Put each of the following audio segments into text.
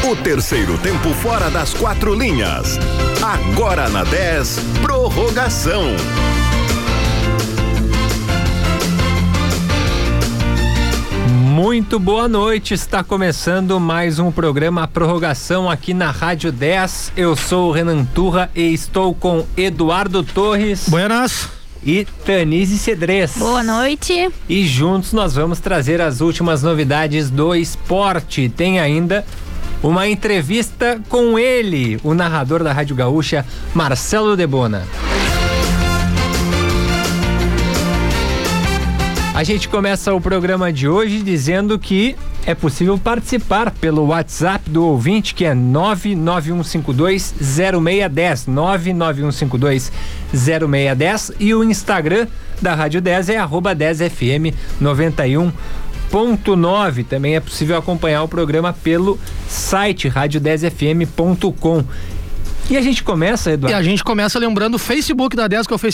O terceiro tempo fora das 4 linhas. Agora na 10, prorrogação. Muito boa noite, está começando mais um programa Prorrogação aqui na Rádio 10. Eu sou o Renan Turra e estou com Eduardo Torres. Buenas. E Tanise Cedrez. Boa noite. E juntos nós vamos trazer as últimas novidades do esporte. Tem ainda uma entrevista com ele, o narrador da Rádio Gaúcha, Marcelo Debona. A gente começa o programa de hoje dizendo que é possível participar pelo WhatsApp do ouvinte, que é 991520610, 991520610, e o Instagram da Rádio 10 é @10fm91.9. Também é possível acompanhar o programa pelo site radio10fm.com. E a gente começa, Eduardo? E a gente começa lembrando o Facebook da 10, que é o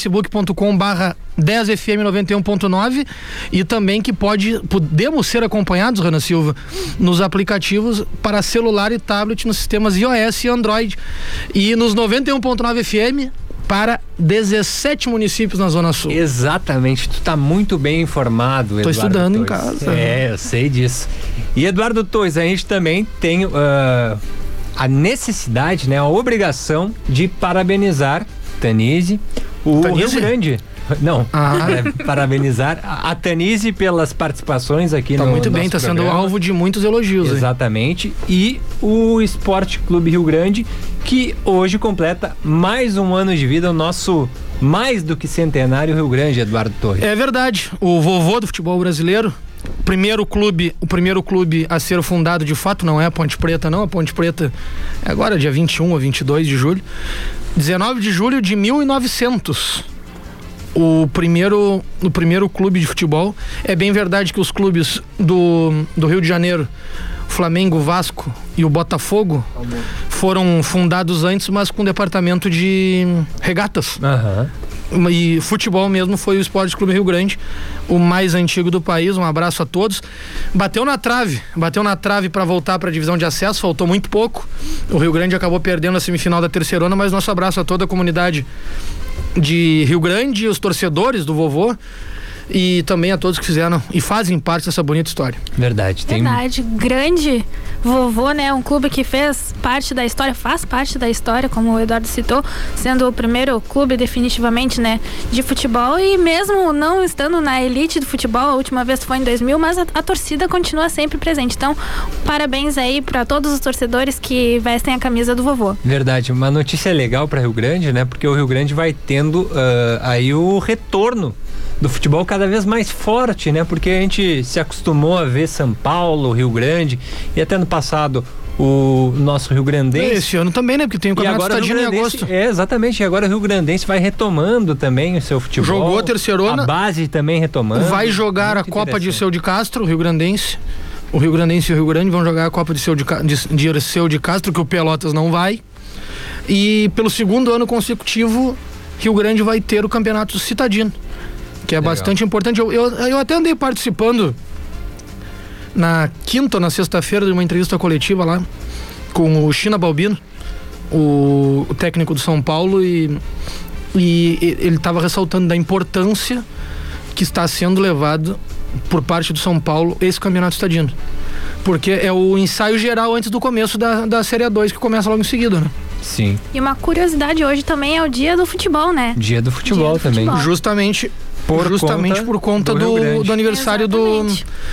facebook.com/10fm91.9, e também que podemos ser acompanhados, Renan Silva, nos aplicativos para celular e tablet nos sistemas iOS e Android, e nos 91.9 FM para 17 municípios na Zona Sul. Exatamente, tu tá muito bem informado, Eduardo. Tô estudando Torres. em casa. É, eu sei disso. E Eduardo Torres, a gente também tem a necessidade, né, a obrigação de parabenizar Tanise, Rio Grande. Não, parabenizar a Tanise pelas participações aqui no nosso muito bem, tá sendo alvo de muitos elogios. Exatamente. E o Esporte Clube Rio Grande, que hoje completa mais um ano de vida, o nosso mais do que centenário Rio Grande, Eduardo Torres. É verdade, o vovô do futebol brasileiro. O primeiro clube a ser fundado de fato não é a Ponte Preta, não. A Ponte Preta é agora dia 21 ou 22 de julho. 19 de julho de 1900. O primeiro clube de futebol. É bem verdade que os clubes do Rio de Janeiro, Flamengo, Vasco e o Botafogo, foram fundados antes, mas com departamento de regatas. E futebol mesmo foi o Esporte Clube Rio Grande, o mais antigo do país. Um abraço a todos. Bateu na trave para voltar para a divisão de acesso, faltou muito pouco. O Rio Grande acabou perdendo a semifinal da terceirona, mas nosso abraço a toda a comunidade de Rio Grande, os torcedores do vovô, e também a todos que fizeram e fazem parte dessa bonita história. Verdade. Grande vovô, né? Um clube que faz parte da história, como o Eduardo citou, sendo o primeiro clube definitivamente, né, de futebol, e mesmo não estando na elite do futebol, a última vez foi em 2000, mas a torcida continua sempre presente. Então, parabéns aí para todos os torcedores que vestem a camisa do vovô. Verdade, uma notícia legal para Rio Grande, né? Porque o Rio Grande vai tendo aí o retorno do futebol cada vez mais forte, né? Porque a gente se acostumou a ver São Paulo, Rio Grande, e até no passado o nosso Rio Grandense. Esse ano também, né? Porque tem o Campeonato Estadino em agosto. É, exatamente. E agora o Rio Grandense vai retomando também o seu futebol. Jogou a terceirona. A base também retomando. Vai jogar a Copa de Seu de Castro, o Rio Grandense. O Rio Grandense e o Rio Grande vão jogar a Copa de Seu de Castro, que o Pelotas não vai. E pelo segundo ano consecutivo, Rio Grande vai ter o Campeonato Citadino, que é bastante importante. Eu até andei participando na quinta ou na sexta-feira de uma entrevista coletiva lá com o China Balbino, o técnico do São Paulo, e ele estava ressaltando da importância que está sendo levado por parte do São Paulo esse campeonato estadino, porque é o ensaio geral antes do começo da Série A2, que começa logo em seguida, né? Sim. E uma curiosidade, hoje também é o dia do futebol, né? Dia do futebol também. Justamente por conta do aniversário do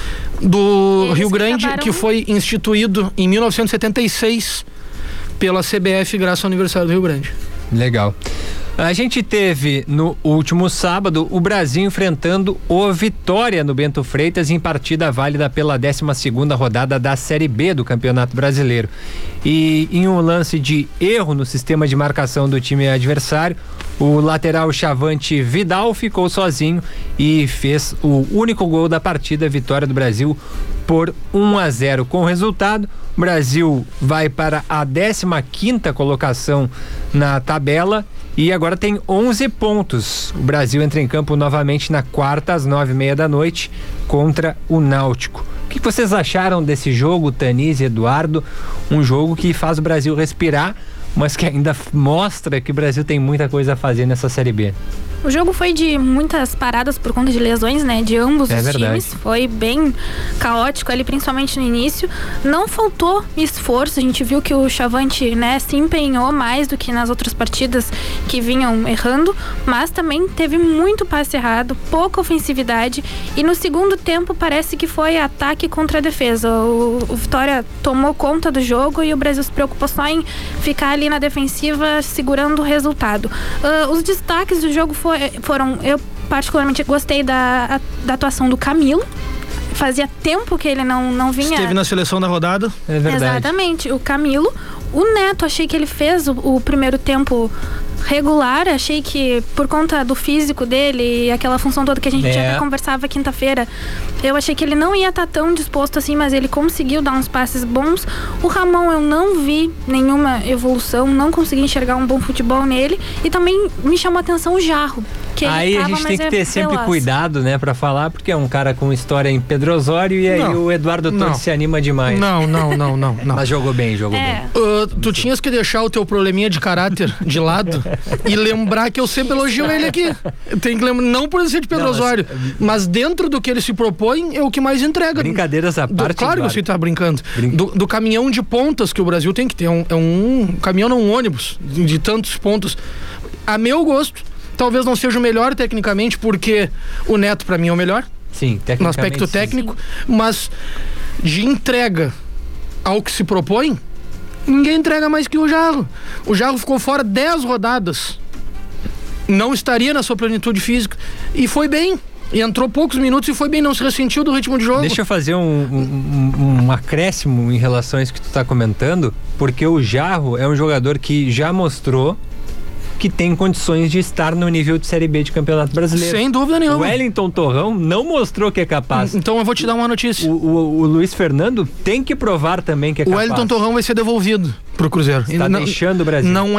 Rio Grande, que foi instituído em 1976 pela CBF, graças ao aniversário do Rio Grande. Legal. A gente teve no último sábado o Brasil enfrentando o Vitória no Bento Freitas em partida válida pela 12ª rodada da Série B do Campeonato Brasileiro. E em um lance de erro no sistema de marcação do time adversário, o lateral chavante Vidal ficou sozinho e fez o único gol da partida, vitória do Brasil por 1-0. Com o resultado, o Brasil vai para a 15ª colocação na tabela e agora tem 11 pontos. O Brasil entra em campo novamente na quarta, às 9h30 da noite, contra o Náutico. que vocês acharam desse jogo, Tanis e Eduardo? Um jogo que faz o Brasil respirar, mas que ainda mostra que o Brasil tem muita coisa a fazer nessa Série B. O jogo foi de muitas paradas por conta de lesões, né? De ambos os times. Foi bem caótico ali, principalmente no início. Não faltou esforço. A gente viu que o Chavante, né, se empenhou mais do que nas outras partidas que vinham errando. Mas também teve muito passe errado, pouca ofensividade. E no segundo tempo parece que foi ataque contra a defesa. O Vitória tomou conta do jogo e o Brasil se preocupou só em ficar ali na defensiva segurando o resultado. Os destaques do jogo foram, eu particularmente gostei da atuação do Camilo. Fazia tempo que ele não vinha. Esteve na seleção da rodada. É verdade. Exatamente, o Camilo. O Neto, achei que ele fez o primeiro tempo regular, achei que por conta do físico dele e aquela função toda que a gente já conversava quinta-feira, eu achei que ele não ia estar tão disposto assim, mas ele conseguiu dar uns passes bons. O Ramon, eu não vi nenhuma evolução, não consegui enxergar um bom futebol nele, e também me chamou a atenção o Jarro. Aí a gente tem que ter sempre cuidado, né, pra falar, porque é um cara com história em Pedro Osório e aí o Eduardo Torres se anima demais. Não. Mas jogou bem. Tu tinhas que deixar o teu probleminha de caráter de lado e lembrar que eu sempre elogio ele aqui. Tem que lembrar, não por ele ser de Pedro Osório, mas dentro do que ele se propõe, é o que mais entrega. Brincadeiras à parte. Claro que você tá brincando. Do caminhão de pontas que o Brasil tem que ter. É um caminhão, não um ônibus de tantos pontos. A meu gosto, talvez não seja o melhor tecnicamente, porque o Neto pra mim é o melhor. Sim, tecnicamente. No aspecto técnico, mas de entrega ao que se propõe, ninguém entrega mais que o Jarro. O Jarro ficou fora 10 rodadas. Não estaria na sua plenitude física. E foi bem. E entrou poucos minutos e foi bem, não se ressentiu do ritmo de jogo. Deixa eu fazer um acréscimo em relação a isso que tu tá comentando, porque o Jarro é um jogador que já mostrou que tem condições de estar no nível de Série B de Campeonato Brasileiro. Sem dúvida nenhuma. O Wellington Torrão não mostrou que é capaz. Então eu vou te dar uma notícia. O Luiz Fernando tem que provar também que é capaz. O Wellington Torrão vai ser devolvido pro Cruzeiro. Está deixando o Brasil. Não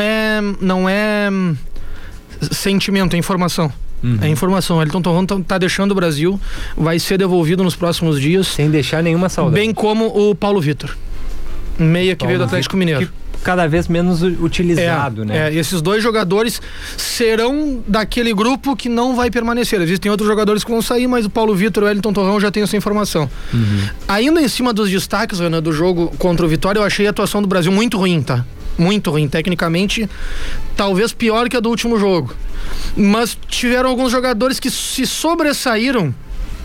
é sentimento, é informação. É informação. O Wellington Torrão tá deixando o Brasil, vai ser devolvido nos próximos dias. Sem deixar nenhuma saudade. Bem como o Paulo Vitor. Meia que veio do Atlético Mineiro. Cada vez menos utilizado, né? Esses dois jogadores serão daquele grupo que não vai permanecer. Existem outros jogadores que vão sair, mas o Paulo Vitor e o Wellington Torrão já tem essa informação. Ainda em cima dos destaques, Ana, do jogo contra o Vitória, eu achei a atuação do Brasil muito ruim, tá? Muito ruim, tecnicamente, talvez pior que a do último jogo. Mas tiveram alguns jogadores que se sobressaíram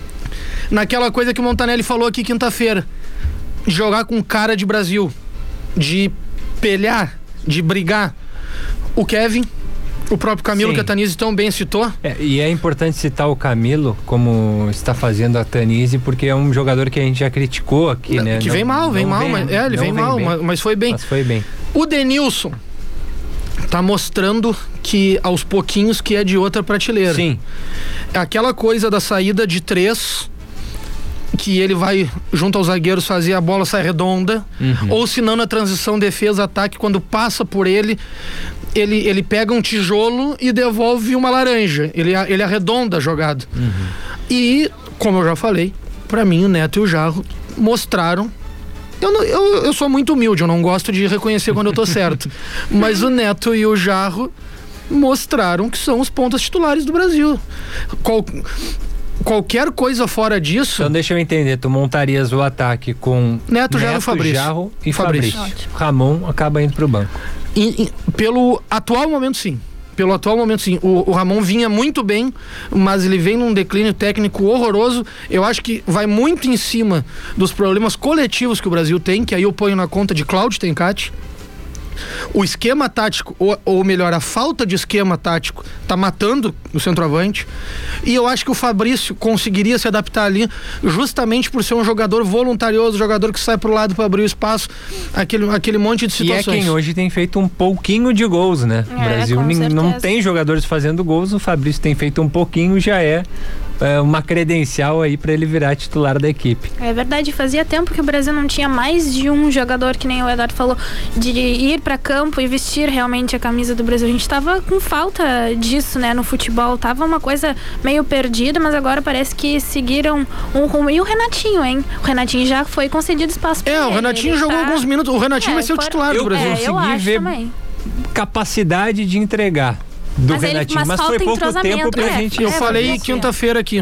naquela coisa que o Montanelli falou aqui quinta-feira, de jogar com cara de Brasil, de pelhar, de brigar. O Kevin, o próprio Camilo, que a Tanise tão bem citou. E é importante citar o Camilo, como está fazendo a Tanise, porque é um jogador que a gente já criticou aqui, né? Que vem mal, mas foi bem. O Denilson tá mostrando que aos pouquinhos que é de outra prateleira. Sim. Aquela coisa da saída de 3, que ele vai junto aos zagueiros fazer a bola sai redonda, ou se não na transição defesa-ataque, quando passa por ele pega um tijolo e devolve uma laranja, ele arredonda a jogada. E, como eu já falei, pra mim o Neto e o Jarro mostraram. Eu sou muito humilde, eu não gosto de reconhecer quando eu tô certo, mas o Neto e o Jarro mostraram que são os pontas titulares do Brasil. Qualquer coisa fora disso. Então deixa eu entender, tu montarias o ataque com Neto, Jarro e Fabrício. Ramon acaba indo pro banco. Pelo atual momento, sim. O Ramon vinha muito bem, mas ele vem num declínio técnico horroroso. Eu acho que vai muito em cima dos problemas coletivos que o Brasil tem, que aí eu ponho na conta de Cláudio Tencati. O esquema tático, ou melhor, a falta de esquema tático tá matando o centroavante, e eu acho que o Fabrício conseguiria se adaptar ali justamente por ser um jogador voluntarioso, jogador que sai pro lado para abrir o espaço, aquele monte de situações. E é quem hoje tem feito um pouquinho de gols, né? O Brasil não tem jogadores fazendo gols, o Fabrício tem feito um pouquinho, já é uma credencial aí para ele virar titular da equipe. É verdade, fazia tempo que o Brasil não tinha mais de um jogador, que nem o Eduardo falou, de ir pra campo e vestir realmente a camisa do Brasil. A gente tava com falta disso, né, no futebol. Tava uma coisa meio perdida, mas agora parece que seguiram um rumo. E o Renatinho, hein? O Renatinho já foi concedido espaço pra ele. O Renatinho jogou alguns minutos. O Renatinho vai ser o titular do Brasil. Eu consegui ver também capacidade de entregar do Renatinho, mas foi pouco tempo pra gente... Eu falei quinta-feira aqui.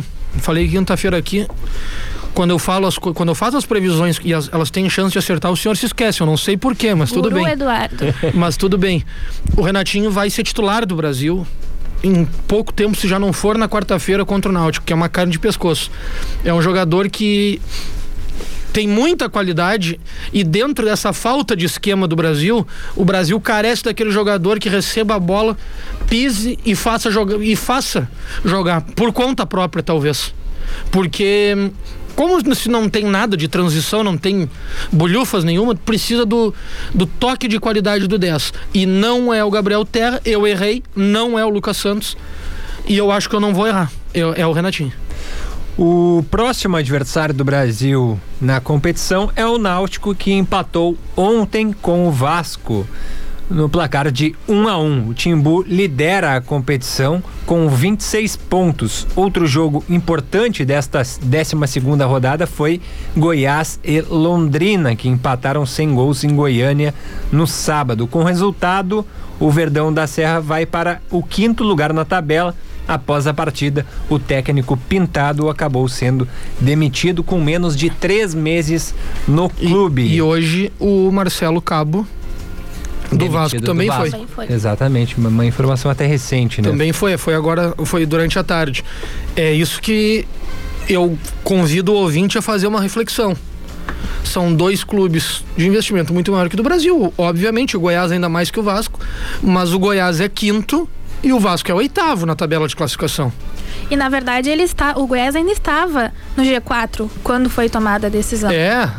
Quando eu faço as previsões e elas têm chance de acertar, o senhor se esquece. Eu não sei porquê, mas tudo bem. Eduardo. Mas tudo bem. O Renatinho vai ser titular do Brasil em pouco tempo, se já não for na quarta-feira contra o Náutico, que é uma carne de pescoço. É um jogador que tem muita qualidade e dentro dessa falta de esquema do Brasil, o Brasil carece daquele jogador que receba a bola, pise e faça jogar por conta própria, talvez. Porque como se não tem nada de transição, não tem bolhufas nenhuma, precisa do toque de qualidade do 10. E não é o Gabriel Terra, eu errei, não é o Lucas Santos, e eu acho que eu não vou errar, é o Renatinho. O próximo adversário do Brasil na competição é o Náutico, que empatou ontem com o Vasco no placar de 1-1. O Timbu lidera a competição com 26 pontos. Outro jogo importante desta 12ª rodada foi Goiás e Londrina, que empataram sem gols em Goiânia no sábado. Com o resultado, o Verdão da Serra vai para o 5º lugar na tabela. Após a partida, o técnico Pintado acabou sendo demitido com menos de 3 meses no clube. E hoje o Marcelo Cabo do Vasco também foi. Exatamente, uma informação até recente, né? Também foi agora, foi durante a tarde. É isso que eu convido o ouvinte a fazer uma reflexão. São 2 clubes de investimento muito maior que o do Brasil. Obviamente, o Goiás ainda mais que o Vasco, mas o Goiás é 5º e o Vasco é o 8º na tabela de classificação. E na verdade o Goiás ainda estava no G4 quando foi tomada a decisão.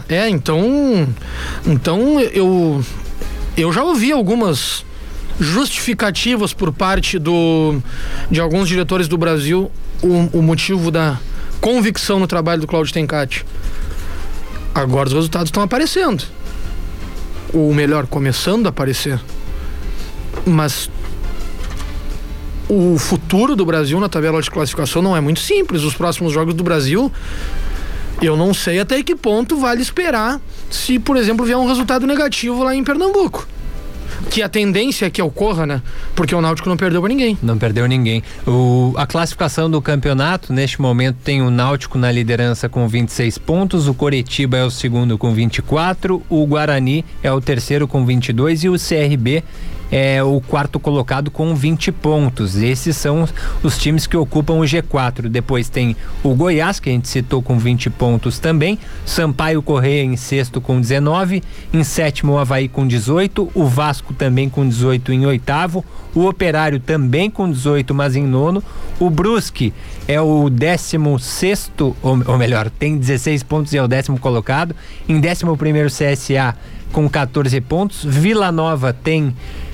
Então eu já ouvi algumas justificativas por parte de alguns diretores do Brasil, o motivo da convicção no trabalho do Cláudio Tencati. Agora os resultados estão aparecendo. Ou melhor, começando a aparecer. Mas o futuro do Brasil na tabela de classificação não é muito simples. Os próximos jogos do Brasil, eu não sei até que ponto vale esperar se, por exemplo, vier um resultado negativo lá em Pernambuco. Que a tendência é que ocorra, né? Porque o Náutico não perdeu pra ninguém. Não perdeu ninguém. A classificação do campeonato, neste momento, tem o Náutico na liderança com 26 pontos, o Coritiba é o 2º com 24, o Guarani é o 3º com 22 e o CRB é o 4º colocado com 20 pontos. Esses são os times que ocupam o G4. Depois tem o Goiás, que a gente citou, com 20 pontos também. Sampaio Correia em 6º com 19. Em 7º o Avaí com 18. O Vasco também com 18 em 8º. O Operário também com 18, mas em 9º. O Brusque é o 16º, ou melhor, tem 16 pontos e é o 10º colocado. Em 11º CSA com 14 pontos. Vila Nova tem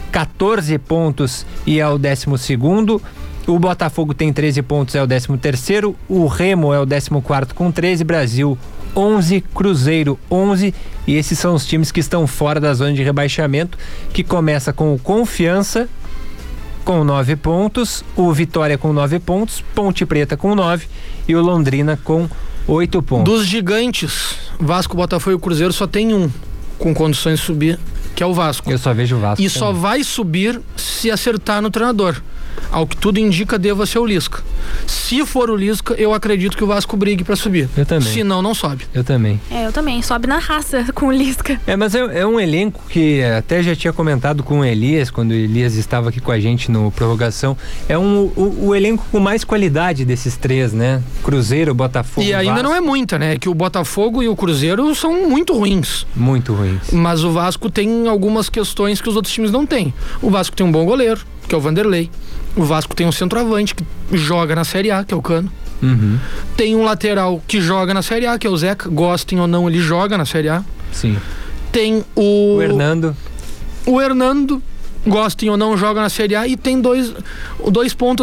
14 pontos e é o 12º. O Botafogo tem 13 pontos, é o 13º. O Remo é o 14º com 13. Brasil 11, Cruzeiro 11. E esses são os times que estão fora da zona de rebaixamento, que começa com o Confiança com 9 pontos, o Vitória com 9 pontos, Ponte Preta com 9 e o Londrina com 8 pontos. Dos gigantes, Vasco, Botafogo e Cruzeiro, só tem um com condições de subir, que é o Vasco. Eu só vejo o Vasco. E também só vai subir se acertar no treinador. Ao que tudo indica, deva ser o Lisca. Se for o Lisca, eu acredito que o Vasco brigue pra subir. Eu também. Se não sobe. Eu também. Eu também. Sobe na raça com o Lisca. Mas é um elenco que até já tinha comentado com o Elias, quando o Elias estava aqui com a gente no Prorrogação. É o elenco com mais qualidade desses 3, né? Cruzeiro, Botafogo, e ainda Vasco. Não é muita, né? Que o Botafogo e o Cruzeiro são muito ruins. Muito ruins. Mas o Vasco tem algumas questões que os outros times não têm. O Vasco tem um bom goleiro, que é o Vanderlei. O Vasco tem um centroavante que joga na Série A, que é o Cano. Uhum. Tem um lateral que joga na Série A, que é o Zeca. Gostem ou não, ele joga na Série A. Sim. Tem o Hernando. O Hernando, gostem ou não, joga na Série A. E tem dois pontas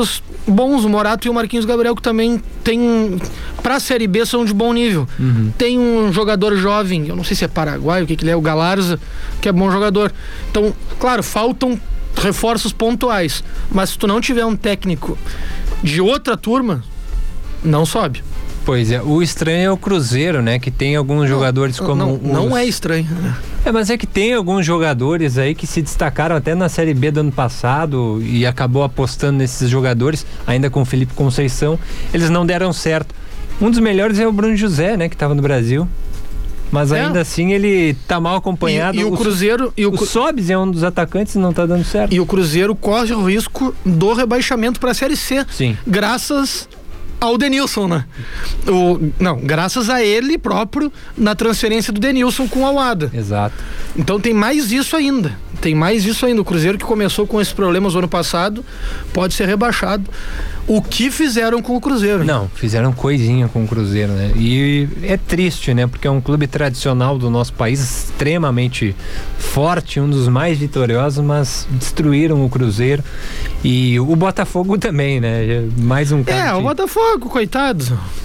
bons, o Morato e o Marquinhos Gabriel, que também tem, pra Série B, são de bom nível. Tem um jogador jovem, eu não sei se é paraguaio, o que ele é, o Galarza, que é bom jogador. Então, claro, faltam reforços pontuais, mas se tu não tiver um técnico de outra turma, não sobe. Pois é, o estranho é o Cruzeiro, né? Que tem alguns jogadores como... Não é estranho. Mas é que tem alguns jogadores aí que se destacaram até na Série B do ano passado e acabou apostando nesses jogadores, ainda com o Felipe Conceição. Eles não deram certo. Um dos melhores é o Bruno José, né? Que estava no Brasil. Mas ainda assim ele tá mal acompanhado. E o Cruzeiro... O Sobis é um dos atacantes e não tá dando certo. E o Cruzeiro corre o risco do rebaixamento pra Série C. Sim. Graças ao Denilson, né? Graças a ele próprio na transferência do Denilson com o Aouada. Exato. Então tem mais isso ainda. O Cruzeiro, que começou com esses problemas no ano passado, pode ser rebaixado. O que fizeram com o Cruzeiro? Não, fizeram coisinha com o Cruzeiro, né? E é triste, né? Porque é um clube tradicional do nosso país, extremamente forte, um dos mais vitoriosos, mas destruíram o Cruzeiro. E o Botafogo também, né? Mais um caso. O Botafogo, coitado.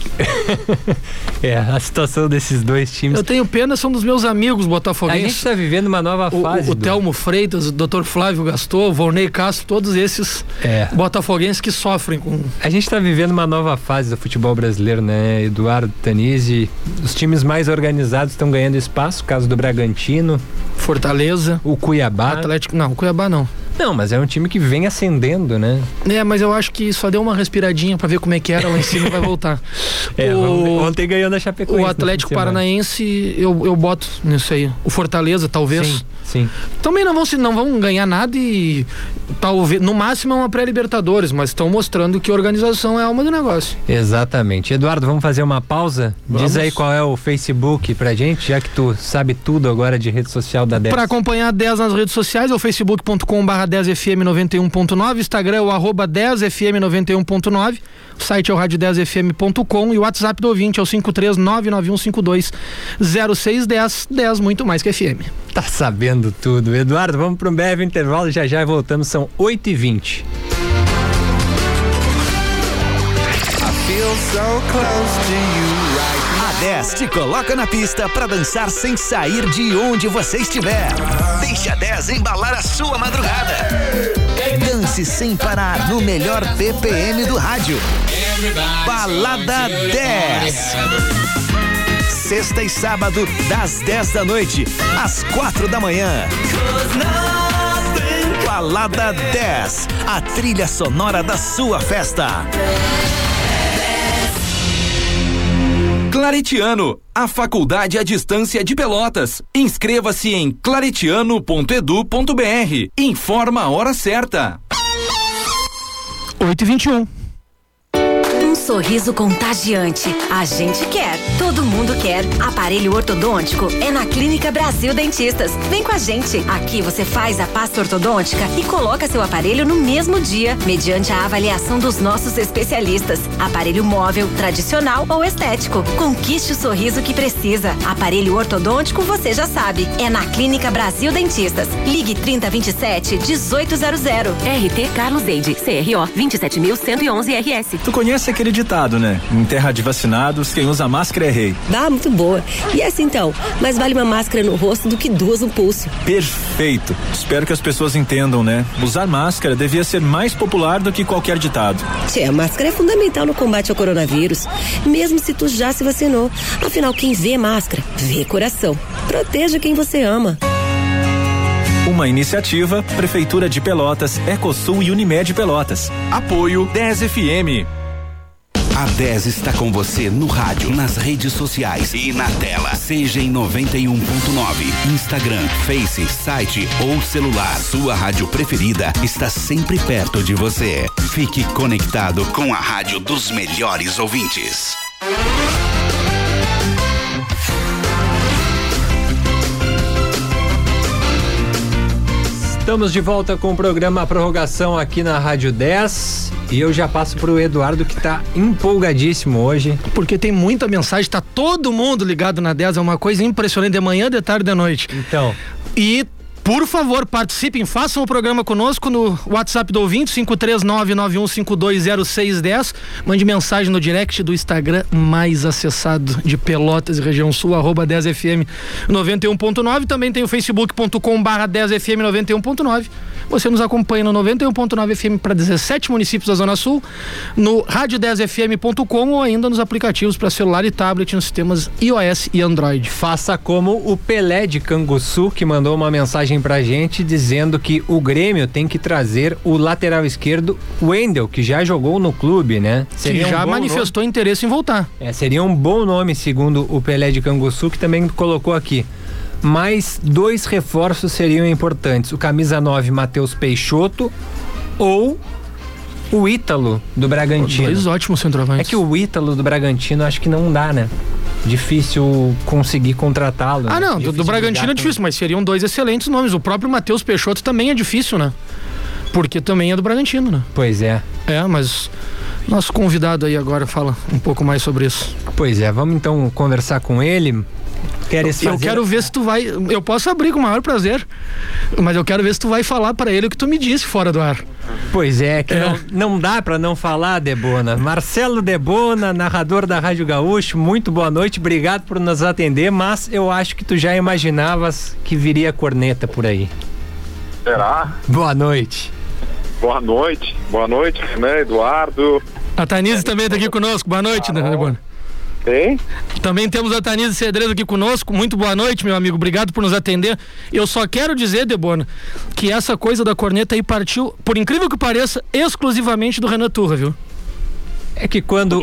A situação desses dois times. Eu tenho pena, são dos meus amigos botafoguenses. A gente tá vivendo uma nova fase. O Telmo Freitas, o Dr. Flávio Gaston, o Volney Castro, todos esses botafoguenses que sofrem com... A gente tá vivendo uma nova fase do futebol brasileiro, né? Eduardo, Tanise, os times mais organizados estão ganhando espaço, caso do Bragantino, Fortaleza, o Cuiabá. Atlético, não, o Cuiabá não. Não, mas é um time que vem ascendendo, né? Mas eu acho que só deu uma respiradinha pra ver como é que era lá em cima e vai voltar. Ontem ganhou na Chapecoense. O Atlético Paranaense, eu boto nisso aí. O Fortaleza, talvez. Sim. Também não vão ganhar nada e talvez, no máximo é uma pré-Libertadores, mas estão mostrando que a organização é a alma do negócio. Exatamente. Eduardo, vamos fazer uma pausa? Vamos. Diz aí qual é o Facebook pra gente, já que tu sabe tudo agora de rede social da 10. Pra acompanhar a 10 nas redes sociais, é o facebook.com/10fm91.9, Instagram é o @10fm91.9, o site é o radio10fm.com e o WhatsApp do ouvinte é o 53991520610, 10 muito mais que FM. Tá sabendo tudo. Eduardo, vamos para um breve intervalo, já voltamos, são 8h20. A 10 te coloca na pista para dançar sem sair de onde você estiver. Deixa a 10 embalar a sua madrugada. Dance sem parar no melhor BPM do rádio. Balada 10. Sexta e sábado, das 10 da noite às 4 da manhã. Balada 10, a trilha sonora da sua festa. Claretiano, a faculdade à distância de Pelotas. Inscreva-se em claretiano.edu.br. Informa a hora certa. 8h21. Sorriso contagiante. A gente quer, todo mundo quer. Aparelho ortodôntico é na Clínica Brasil Dentistas. Vem com a gente. Aqui você faz a pasta ortodôntica e coloca seu aparelho no mesmo dia, mediante a avaliação dos nossos especialistas. Aparelho móvel, tradicional ou estético. Conquiste o sorriso que precisa. Aparelho ortodôntico, você já sabe. É na Clínica Brasil Dentistas. Ligue 3027-1800. RT Carlos Eide, CRO 27111 RS. Tu conhece aquele ditado, né? Em terra de vacinados, quem usa máscara é rei. Muito boa. E essa então, mais vale uma máscara no rosto do que duas no pulso. Perfeito. Espero que as pessoas entendam, né? Usar máscara devia ser mais popular do que qualquer ditado. A máscara é fundamental no combate ao coronavírus, mesmo se tu já se vacinou. Afinal, quem vê máscara, vê coração. Proteja quem você ama. Uma iniciativa, Prefeitura de Pelotas, Ecosul e Unimed Pelotas. Apoio 10 FM. A 10 está com você no rádio, nas redes sociais e na tela. Seja em 91.9, Instagram, Face, site ou celular. Sua rádio preferida está sempre perto de você. Fique conectado com a rádio dos melhores ouvintes. Estamos de volta com o programa Prorrogação aqui na Rádio 10 e eu já passo pro Eduardo, que tá empolgadíssimo hoje. Porque tem muita mensagem, tá todo mundo ligado na 10, é uma coisa impressionante, de manhã, de tarde, de noite. Então. E Por favor, participem, façam o programa conosco no WhatsApp do ouvinte, 53991520610. Mande mensagem no direct do Instagram mais acessado de Pelotas e região sul, @10fm 91.9. Também tem o facebook.com/10fm 91.9. Você nos acompanha no 91.9 FM para 17 municípios da Zona Sul, no rádio10fm.com ou ainda nos aplicativos para celular e tablet nos sistemas iOS e Android. Faça como o Pelé de Canguçu, que mandou uma mensagem pra gente dizendo que o Grêmio tem que trazer o lateral esquerdo Wendel, que já jogou no clube, né? Que já manifestou interesse em voltar. Seria um bom nome, segundo o Pelé de Canguçu, que também colocou aqui. Mas 2 reforços seriam importantes: o camisa 9 Matheus Peixoto ou o Ítalo do Bragantino. 2 ótimos centroavantes. É que o Ítalo do Bragantino acho que não dá, né? Difícil conseguir contratá-lo. Ah, não, do Bragantino é difícil, mas seriam 2 excelentes nomes. O próprio Matheus Peixoto também é difícil, né? Porque também é do Bragantino, né? Pois é. Mas nosso convidado aí agora fala um pouco mais sobre isso. Pois é, vamos então conversar com ele. Eu quero ver se tu vai. Eu posso abrir com o maior prazer, mas eu quero ver se tu vai falar pra ele o que tu me disse fora do ar. Pois é, que não dá pra não falar, Debona. Marcelo Debona, narrador da Rádio Gaúcho, muito boa noite, obrigado por nos atender, mas eu acho que tu já imaginavas que viria corneta por aí. Será? Boa noite. Boa noite, né, Eduardo? A Tanise também tá aqui conosco, boa noite, Debona. Tem? Também temos a Tanise Cedreiro aqui conosco. Muito boa noite, meu amigo. Obrigado por nos atender. Eu só quero dizer, Debona, que essa coisa da corneta aí partiu, por incrível que pareça, exclusivamente do Renan Turra, viu? É que quando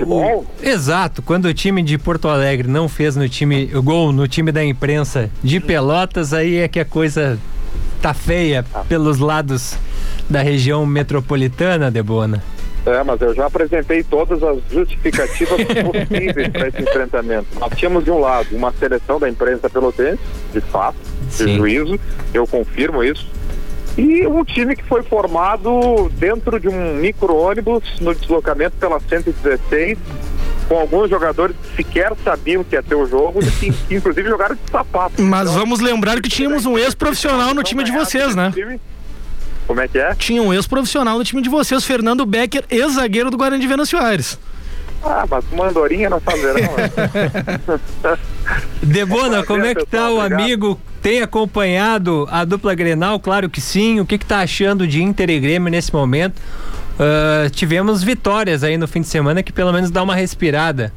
quando o time de Porto Alegre não fez o gol no time da imprensa de Pelotas, aí é que a coisa tá feia pelos lados da região metropolitana, Debona. Mas eu já apresentei todas as justificativas possíveis para esse enfrentamento. Nós tínhamos de um lado uma seleção da imprensa pelotense, de fato, de juízo, eu confirmo isso, e um time que foi formado dentro de um micro-ônibus no deslocamento pela 116, com alguns jogadores que sequer sabiam que ia ter o jogo e que inclusive jogaram de sapato. Mas então, vamos lembrar que tínhamos um ex-profissional no time de vocês, né? Como é que é? Tinha um ex-profissional no time de vocês, Fernando Becker, ex-zagueiro do Guarani de Venâncio Aires. Mas uma andorinha não faz verão, né? Debona, como é que tá o amigo? Tem acompanhado a dupla Grenal? Claro que sim. O que tá achando de Inter e Grêmio nesse momento? Tivemos vitórias aí no fim de semana que pelo menos dá uma respirada.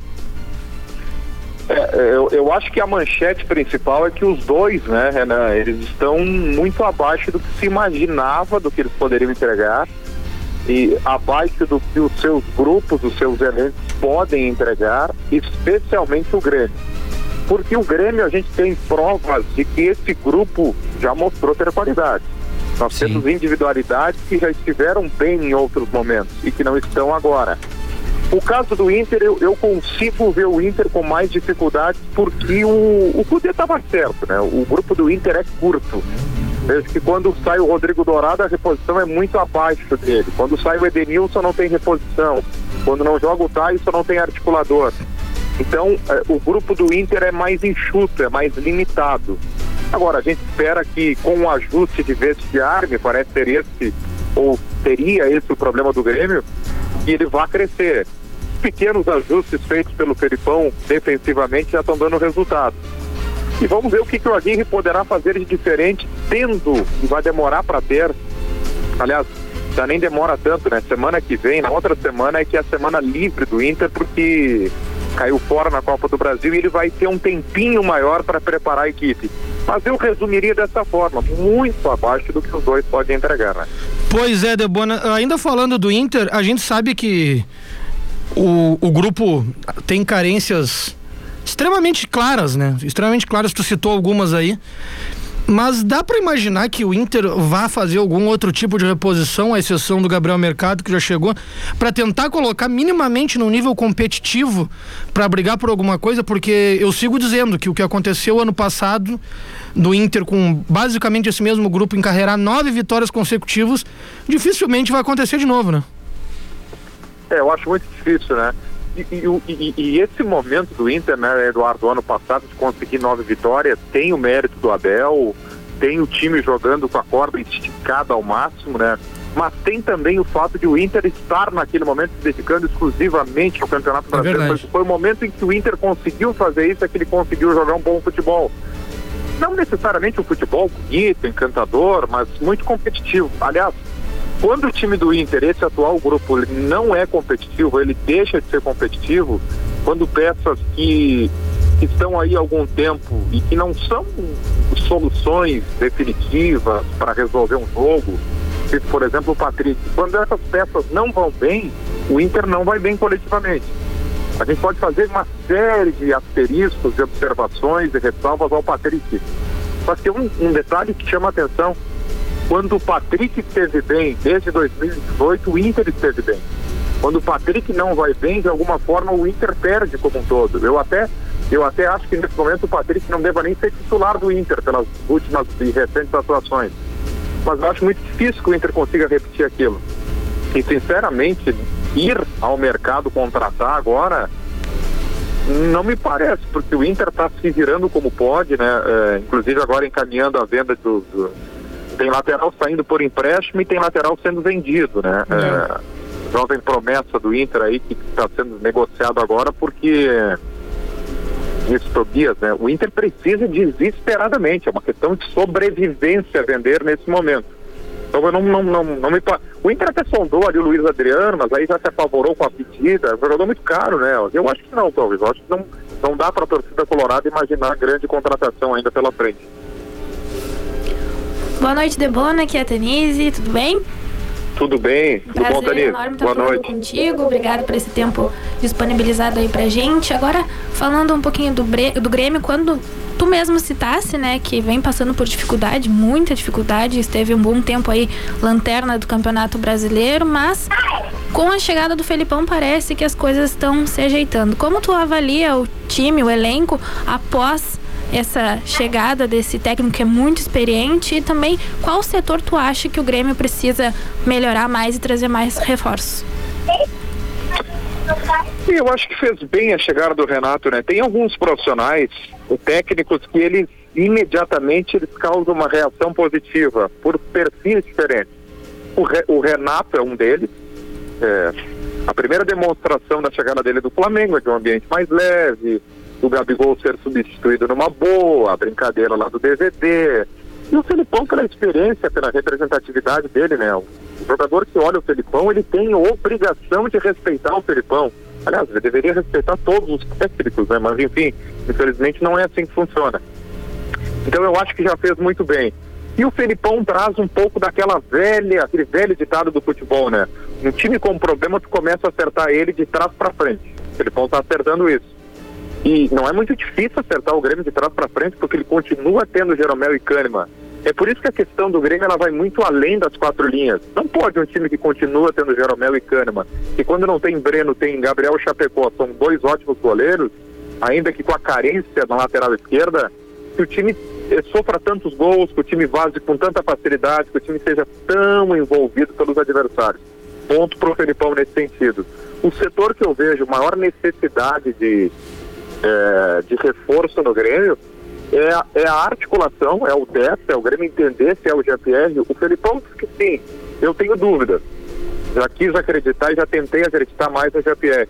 Eu acho que a manchete principal é que os dois, né, Renan, eles estão muito abaixo do que se imaginava do que eles poderiam entregar e abaixo do que os seus grupos, os seus elencos podem entregar, especialmente o Grêmio. Porque o Grêmio, a gente tem provas de que esse grupo já mostrou ter qualidade. Nós temos individualidades que já estiveram bem em outros momentos e que não estão agora. O caso do Inter, eu consigo ver o Inter com mais dificuldades porque o Cudê estava certo, né? O grupo do Inter é curto. Vejo que quando sai o Rodrigo Dourado, a reposição é muito abaixo dele. Quando sai o Edenilson, não tem reposição. Quando não joga o Taison, não tem articulador. Então, o grupo do Inter é mais enxuto, é mais limitado. Agora, a gente espera que com o ajuste de vestiário, me parece ter esse, ou teria esse o problema do Grêmio, e ele vai crescer. Pequenos ajustes feitos pelo Felipão defensivamente já estão dando resultado. E vamos ver o que o Aguirre poderá fazer de diferente, tendo, e vai demorar para ter, aliás, já nem demora tanto, né? Semana que vem, na outra semana é que é a semana livre do Inter, porque caiu fora na Copa do Brasil e ele vai ter um tempinho maior para preparar a equipe. Mas eu resumiria dessa forma, muito abaixo do que os dois podem entregar, né? Pois é, Debona, ainda falando do Inter, a gente sabe que o grupo tem carências extremamente claras, né? Extremamente claras, tu citou algumas aí. Mas dá para imaginar que o Inter vá fazer algum outro tipo de reposição, à exceção do Gabriel Mercado, que já chegou, para tentar colocar minimamente num nível competitivo para brigar por alguma coisa, porque eu sigo dizendo que o que aconteceu ano passado do Inter com basicamente esse mesmo grupo encarregar 9 vitórias consecutivas, dificilmente vai acontecer de novo, né? Eu acho muito difícil, né? E esse momento do Inter, né, Eduardo, ano passado, de conseguir 9 vitórias, tem o mérito do Abel, tem o time jogando com a corda esticada ao máximo, né? Mas tem também o fato de o Inter estar naquele momento se dedicando exclusivamente ao Campeonato Brasileiro. Foi o momento em que o Inter conseguiu fazer isso, é que ele conseguiu jogar um bom futebol. Não necessariamente um futebol bonito, encantador, mas muito competitivo. Aliás, quando o time do Inter, esse atual grupo, ele não é competitivo, ele deixa de ser competitivo, quando peças que estão aí há algum tempo e que não são soluções definitivas para resolver um jogo, por exemplo o Patrick, quando essas peças não vão bem, o Inter não vai bem coletivamente. A gente pode fazer uma série de asteriscos, de observações e ressalvas ao Patrick. Mas tem um detalhe que chama a atenção. Quando o Patrick esteve bem, desde 2018, o Inter esteve bem. Quando o Patrick não vai bem, de alguma forma o Inter perde como um todo. Eu até acho que nesse momento o Patrick não deva nem ser titular do Inter pelas últimas e recentes atuações. Mas eu acho muito difícil que o Inter consiga repetir aquilo. E sinceramente, ir ao mercado contratar agora não me parece, porque o Inter está se virando como pode, né? Inclusive agora encaminhando a venda tem lateral saindo por empréstimo e tem lateral sendo vendido, né? Jovem promessa do Inter aí que está sendo negociado agora porque isso, Tobias, né? O Inter precisa desesperadamente, é uma questão de sobrevivência vender nesse momento. Então eu não me... O Inter até sondou ali o Luiz Adriano, mas aí já se apavorou com a pedida. É um jogador muito caro, né? Eu acho que não, talvez. Eu acho que não dá para a torcida colorada imaginar grande contratação ainda pela frente. Boa noite, Debona, aqui é a Tanise, tudo bem? Tudo bem, tudo bom, Tanise? Boa noite. Contigo, obrigado por esse tempo disponibilizado aí pra gente. Agora, falando um pouquinho do Grêmio, quando tu mesmo citasse, né, que vem passando por dificuldade, muita dificuldade, esteve um bom tempo aí lanterna do Campeonato Brasileiro, mas com a chegada do Felipão parece que as coisas estão se ajeitando. Como tu avalia o time, o elenco, após essa chegada desse técnico que é muito experiente, e também qual setor tu acha que o Grêmio precisa melhorar mais e trazer mais reforços? Eu acho que fez bem a chegada do Renato, né? Tem alguns profissionais, técnicos, que eles imediatamente causam uma reação positiva por perfis diferentes. O Renato é um deles. A primeira demonstração da chegada dele do Flamengo é de um ambiente mais leve, o Gabigol ser substituído numa boa, a brincadeira lá do DVD. E o Felipão, pela experiência, pela representatividade dele, né? O jogador que olha o Felipão, ele tem a obrigação de respeitar o Felipão. Aliás, ele deveria respeitar todos os técnicos, né? Mas enfim, infelizmente não é assim que funciona. Então eu acho que já fez muito bem. E o Felipão traz um pouco aquele velho ditado do futebol, né? Um time com problema, tu começa a acertar ele de trás para frente. O Felipão tá acertando isso. E não é muito difícil acertar o Grêmio de trás para frente, porque ele continua tendo Jeromel e Kahneman. É por isso que a questão do Grêmio ela vai muito além das 4 linhas. Não pode um time que continua tendo Jeromel e Kahneman, e quando não tem Breno, tem Gabriel Chapecó, são 2 ótimos goleiros, ainda que com a carência na lateral esquerda, que o time sofra tantos gols, que o time vaze com tanta facilidade, que o time seja tão envolvido pelos adversários. Ponto pro Felipão nesse sentido. O setor que eu vejo maior necessidade de reforço no Grêmio é a articulação, é o 10, é o Grêmio entender se é o Jean-Pierre. O Felipão diz que sim, eu tenho dúvidas. Já quis acreditar e já tentei acreditar mais no Jean-Pierre.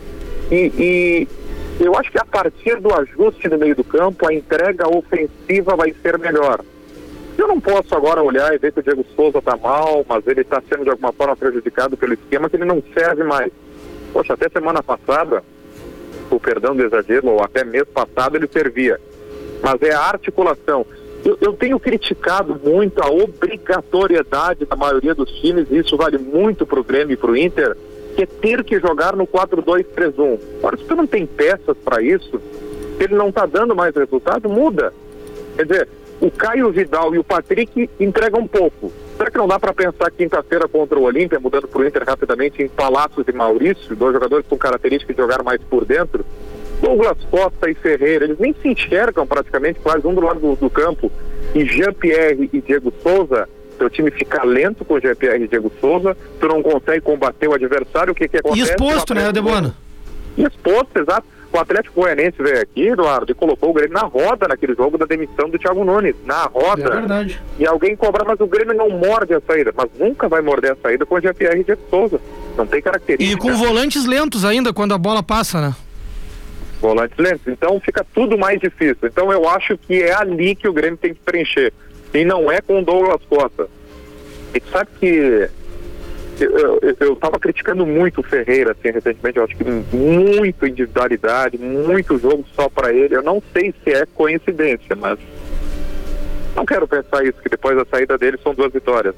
E eu acho que a partir do ajuste no meio do campo, a entrega ofensiva vai ser melhor. Eu não posso agora olhar e ver que o Diego Souza está mal, mas ele está sendo de alguma forma prejudicado pelo esquema, que ele não serve mais. Poxa, até semana passada, o perdão do exagero, ou até mês passado, ele servia. Mas é a articulação. Eu tenho criticado muito a obrigatoriedade da maioria dos times, e isso vale muito para o Grêmio e para o Inter, que é ter que jogar no 4-2-3-1. Agora, se tu não tem peças para isso, se ele não está dando mais resultado, muda. Quer dizer, o Caio Vidal e o Patrick entregam um pouco. Será que não dá para pensar quinta-feira contra o Olímpia, mudando para o Inter rapidamente, em Palácios e Maurício, 2 jogadores com característica de jogar mais por dentro? Douglas Costa e Ferreira, eles nem se enxergam praticamente, quase um do lado do campo. E Jean-Pierre e Diego Souza, teu time fica lento com Jean-Pierre e Diego Souza, tu não consegue combater o adversário, o que acontece? E exposto, né, Debona? Exposto, exato. O Atlético Goianiense veio aqui, Eduardo, e colocou o Grêmio na roda naquele jogo da demissão do Thiago Nunes. Na roda. É verdade. E alguém cobra, mas o Grêmio não morde a saída. Mas nunca vai morder a saída com o Jean-Pierre e Diego Souza. Não tem característica. E com volantes lentos ainda, quando a bola passa, né? Volantes lentos. Então fica tudo mais difícil. Então eu acho que é ali que o Grêmio tem que preencher. E não é com o Douglas Costa. E tu sabe que eu tava criticando muito o Ferreira, assim, recentemente. Eu acho que muito individualidade, muito jogo só pra ele. Eu não sei se é coincidência, mas não quero pensar isso, que depois da saída dele são 2 vitórias.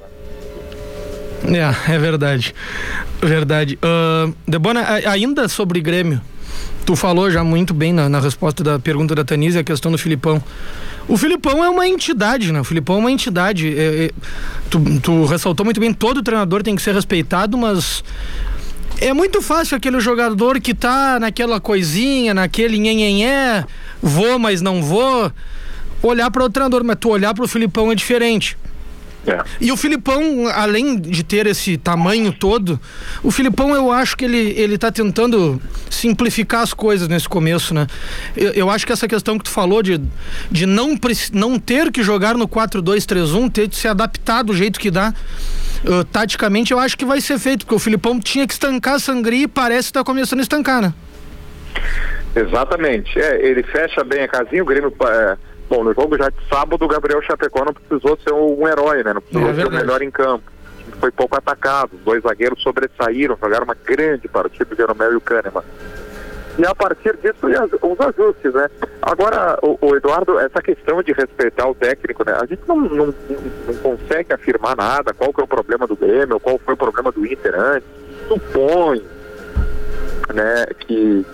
É verdade. Verdade. Debona, ainda sobre Grêmio, tu falou já muito bem na resposta da pergunta da Tanise, a questão do Filipão. O Filipão é uma entidade, né? O Filipão é uma entidade. Tu ressaltou muito bem, todo treinador tem que ser respeitado, mas é muito fácil aquele jogador que tá naquela coisinha, naquele nhenhenhé, vou, mas não vou, olhar para o treinador, mas tu olhar para o Filipão é diferente. E o Filipão, além de ter esse tamanho todo, o Filipão, eu acho que ele tá tentando simplificar as coisas nesse começo, né? Eu acho que essa questão que tu falou de não ter que jogar no 4-2-3-1, ter de se adaptar do jeito que dá, taticamente, eu acho que vai ser feito, porque o Filipão tinha que estancar a Sangria e parece que tá começando a estancar, né? Exatamente. Ele fecha bem a casinha, o Grêmio... Bom, no jogo já de sábado, o Gabriel Chapecó não precisou ser um herói, né? Não precisou ser o melhor em campo. Foi pouco atacado. Os 2 zagueiros sobressaíram, jogaram uma grande partida, o Jeromel e o Kahneman. E a partir disso, os ajustes, né? Agora, o Eduardo, essa questão de respeitar o técnico, né? A gente não consegue afirmar nada, qual que é o problema do Grêmio, qual foi o problema do Inter antes. Supõe, né, que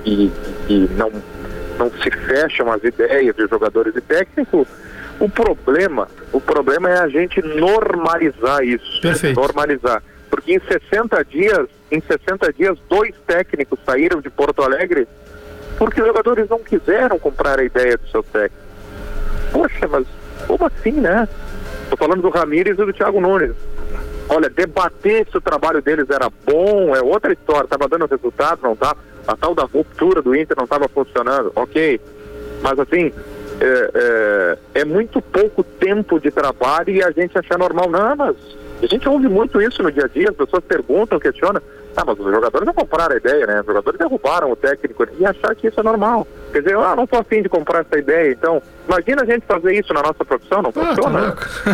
não se fecham as ideias de jogadores e técnicos. O problema é a gente normalizar isso. Perfeito. Normalizar. Porque em 60 dias, 2 técnicos saíram de Porto Alegre porque os jogadores não quiseram comprar a ideia do seu técnico. Poxa, mas como assim, né? Tô falando do Ramírez e do Thiago Nunes. Olha, debater se o trabalho deles era bom é outra história. Estava dando resultado, não tá? A tal da ruptura do Inter não estava funcionando, ok. Mas assim, é muito pouco tempo de trabalho e a gente achar normal. Não, mas a gente ouve muito isso no dia a dia, as pessoas perguntam, questionam. Mas os jogadores não compraram a ideia, né? Os jogadores derrubaram o técnico e achar que isso é normal. Quer dizer, não tô afim de comprar essa ideia. Então, imagina a gente fazer isso na nossa profissão, não funciona.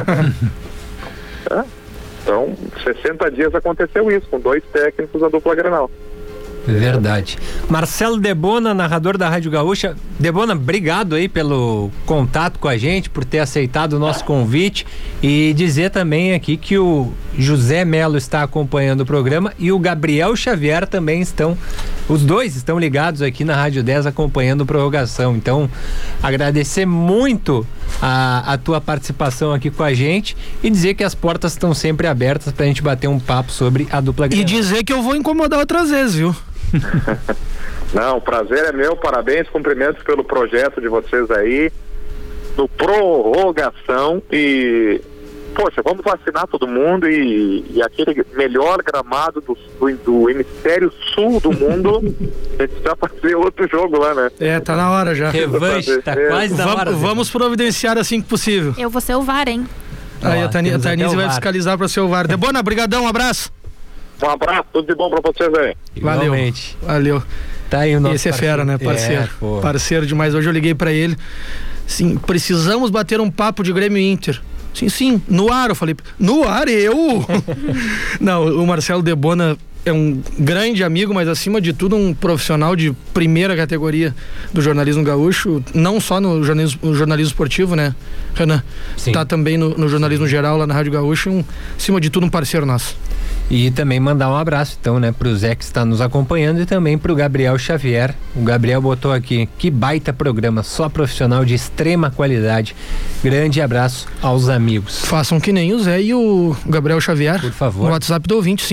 Então, 60 dias aconteceu isso, com 2 técnicos da dupla Grenal. Verdade. Marcelo Debona, narrador da Rádio Gaúcha. Debona, obrigado aí pelo contato com a gente, por ter aceitado o nosso convite, e dizer também aqui que o José Melo está acompanhando o programa e o Gabriel Xavier também os 2 estão ligados aqui na Rádio 10 acompanhando a prorrogação. Então, agradecer muito a tua participação aqui com a gente e dizer que as portas estão sempre abertas pra gente bater um papo sobre a dupla Grenal. E dizer que eu vou incomodar outras vezes, viu? Não, o prazer é meu, parabéns, cumprimentos pelo projeto de vocês aí, do Prorrogação, e poxa, vamos vacinar todo mundo e aquele melhor gramado do hemisfério sul do mundo, a gente já fazer outro jogo lá, né? Tá na hora já. Revanche, tá quase na hora. Vamos providenciar assim que possível. Eu vou ser o VAR, hein? Aí a Tanise vai fiscalizar pra ser o VAR. Debona, brigadão, um abraço. Um abraço, tudo de bom pra vocês aí. Valeu. Tá aí o nosso Esse é fera, né? Parceiro. Parceiro demais. Hoje eu liguei pra ele. Sim, precisamos bater um papo de Grêmio e Inter. Sim, no ar. Eu falei, no ar, eu? Não, o Marcelo Debona é um grande amigo, mas acima de tudo um profissional de primeira categoria do jornalismo gaúcho, não só no jornalismo esportivo, né, Renan? Sim. Tá também no jornalismo geral lá na Rádio Gaúcho, acima de tudo um parceiro nosso. E também mandar um abraço, então, né, pro Zé que está nos acompanhando e também pro Gabriel Xavier. O Gabriel botou aqui, que baita programa, só profissional de extrema qualidade. Grande abraço aos amigos. Façam que nem o Zé e o Gabriel Xavier. Por favor. O WhatsApp do ouvinte,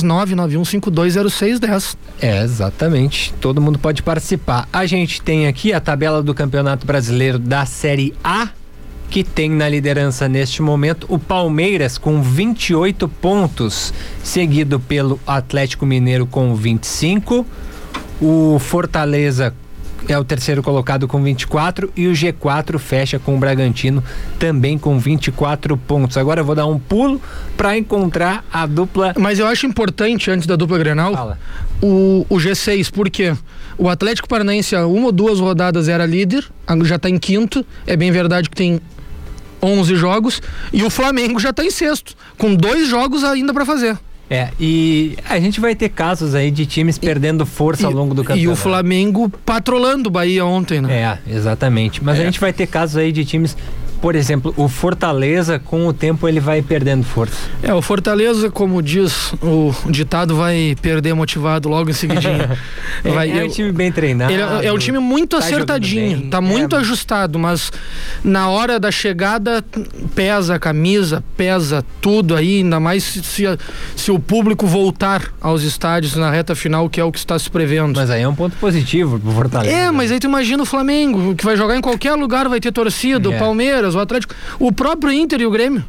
53991520610. Exatamente. Todo mundo pode participar. A gente tem aqui a tabela do Campeonato Brasileiro da Série A, que tem na liderança neste momento o Palmeiras com 28 pontos, seguido pelo Atlético Mineiro com 25, o Fortaleza é o terceiro colocado com 24 e o G4 fecha com o Bragantino também com 24 pontos. Agora eu vou dar um pulo para encontrar a dupla. Mas eu acho importante, antes da dupla Grenal, o G6, porque o Atlético Paranaense há 1 ou 2 rodadas era líder, já está em quinto, é bem verdade que tem 11 jogos, e o Flamengo já está em sexto, com 2 jogos ainda para fazer. E a gente vai ter casos aí de times perdendo força ao longo do campeonato. E o Flamengo patrolando o Bahia ontem, né? Exatamente. Mas a gente vai ter casos aí de times, por exemplo, o Fortaleza, com o tempo ele vai perdendo força. O Fortaleza, como diz o ditado, vai perder motivado logo em seguidinho. É um time bem treinado. É um time muito acertadinho, tá muito ajustado, mas na hora da chegada pesa a camisa, pesa tudo aí, ainda mais se o público voltar aos estádios na reta final, que é o que está se prevendo. Mas aí é um ponto positivo pro Fortaleza. Mas aí tu imagina o Flamengo, que vai jogar em qualquer lugar, vai ter torcida, o Palmeiras, o Atlético, o próprio Inter e o Grêmio.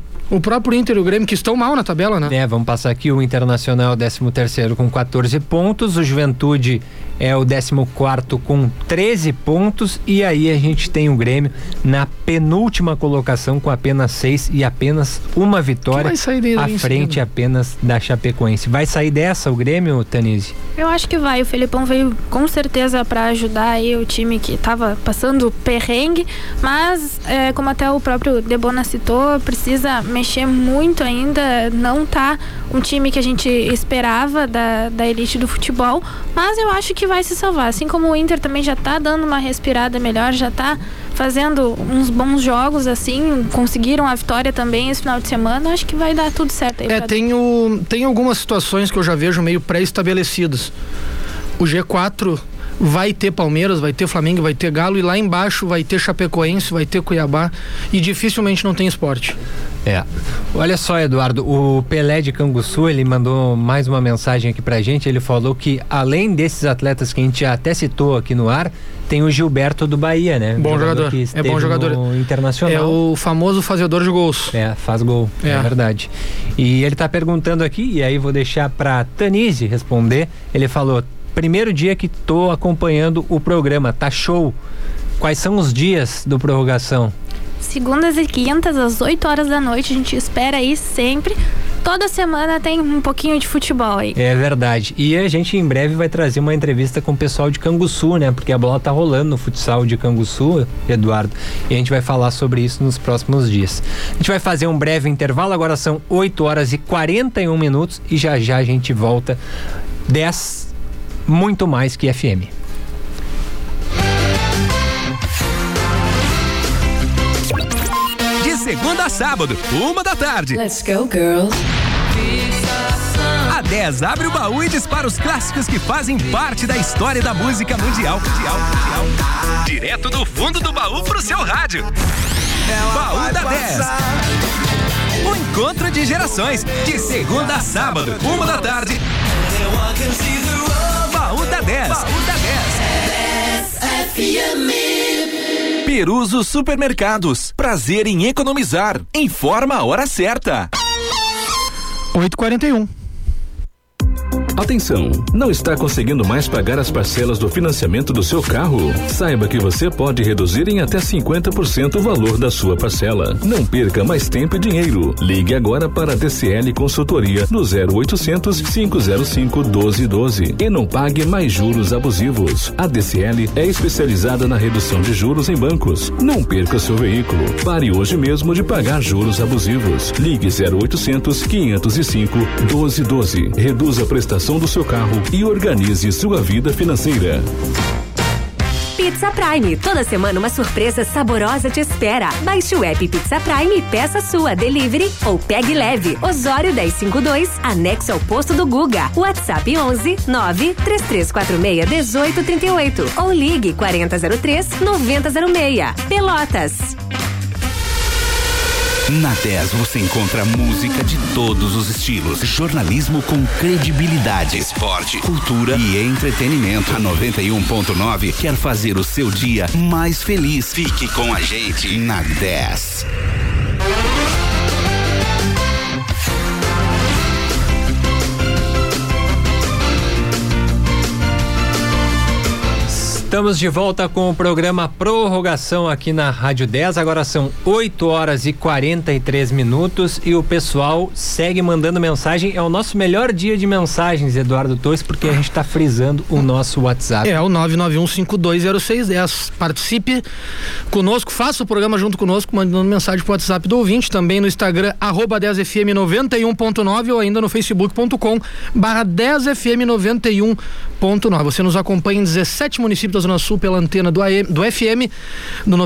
Que estão mal na tabela, né? Vamos passar aqui o Internacional 13º com 14 pontos, o Juventude é o 14º com 13 pontos e aí a gente tem o Grêmio na penúltima colocação com apenas 6 e apenas uma vitória à frente apenas da Chapecoense. Vai sair dessa o Grêmio, Tanise? Eu acho que vai, o Felipão veio com certeza para ajudar aí o time que estava passando perrengue, mas como até o próprio Debona citou, precisa mexer muito ainda, não tá um time que a gente esperava da elite do futebol, mas eu acho que vai se salvar, assim como o Inter também já tá dando uma respirada melhor, já tá fazendo uns bons jogos, assim, conseguiram a vitória também esse final de semana, acho que vai dar tudo certo aí. Tem algumas situações que eu já vejo meio pré-estabelecidas. O G4 vai ter Palmeiras, vai ter Flamengo, vai ter Galo, e lá embaixo vai ter Chapecoense, vai ter Cuiabá, e dificilmente não tem Sport. Olha só, Eduardo, o Pelé de Canguçu, ele mandou mais uma mensagem aqui pra gente, ele falou que além desses atletas que a gente até citou aqui no ar, tem o Gilberto do Bahia, né? Bom jogador, bom jogador. No Internacional. É o famoso fazedor de gols. Faz gol, é verdade. E ele tá perguntando aqui, e aí vou deixar pra Tanise responder, ele falou: primeiro dia que tô acompanhando o programa, tá show. Quais são os dias do prorrogação? Segundas e quintas, às 8 horas da noite, a gente espera aí sempre. Toda semana tem um pouquinho de futebol aí. É verdade. E a gente em breve vai trazer uma entrevista com o pessoal de Canguçu, né? Porque a bola tá rolando no futsal de Canguçu, Eduardo. E a gente vai falar sobre isso nos próximos dias. A gente vai fazer um breve intervalo, agora são 8 horas e 41 minutos e já a gente volta 10 muito mais que FM. De segunda a sábado, 1h. Let's go, girls. A 10 abre o baú e dispara os clássicos que fazem parte da história da música mundial. Direto do fundo do baú pro seu rádio. Baú da 10. O encontro de gerações, de segunda a sábado, 1h. Baú da 10. Peruso Supermercados. Prazer em economizar. Informa a hora certa. 8h41. Atenção, não está conseguindo mais pagar as parcelas do financiamento do seu carro? Saiba que você pode reduzir em até 50% o valor da sua parcela. Não perca mais tempo e dinheiro. Ligue agora para a DCL Consultoria no 0800 505 1212 e não pague mais juros abusivos. A DCL é especializada na redução de juros em bancos. Não perca seu veículo. Pare hoje mesmo de pagar juros abusivos. Ligue 0800 505 1212. Reduza a prestação do seu carro e organize sua vida financeira. Pizza Prime. Toda semana uma surpresa saborosa te espera. Baixe o app Pizza Prime e peça sua delivery ou pegue leve. Osório 1052, anexo ao posto do Guga. WhatsApp 11 93346 1838 ou ligue 4003 9006. Pelotas. Na 10 você encontra música de todos os estilos, jornalismo com credibilidade, esporte, cultura e entretenimento. A 91.9 quer fazer o seu dia mais feliz. Fique com a gente na 10. Estamos de volta com o programa Prorrogação aqui na Rádio 10. Agora são 8h43 e o pessoal segue mandando mensagem. É o nosso melhor dia de mensagens, Eduardo Torres, porque a gente está frisando o nosso WhatsApp. É o 991520610. Participe conosco, faça o programa junto conosco, mandando mensagem pro WhatsApp do ouvinte, também no Instagram, @10fm91.9 ou ainda no facebook.com/10fm91.9. Você nos acompanha em 17 municípios da Zona Sul pela antena do FM, do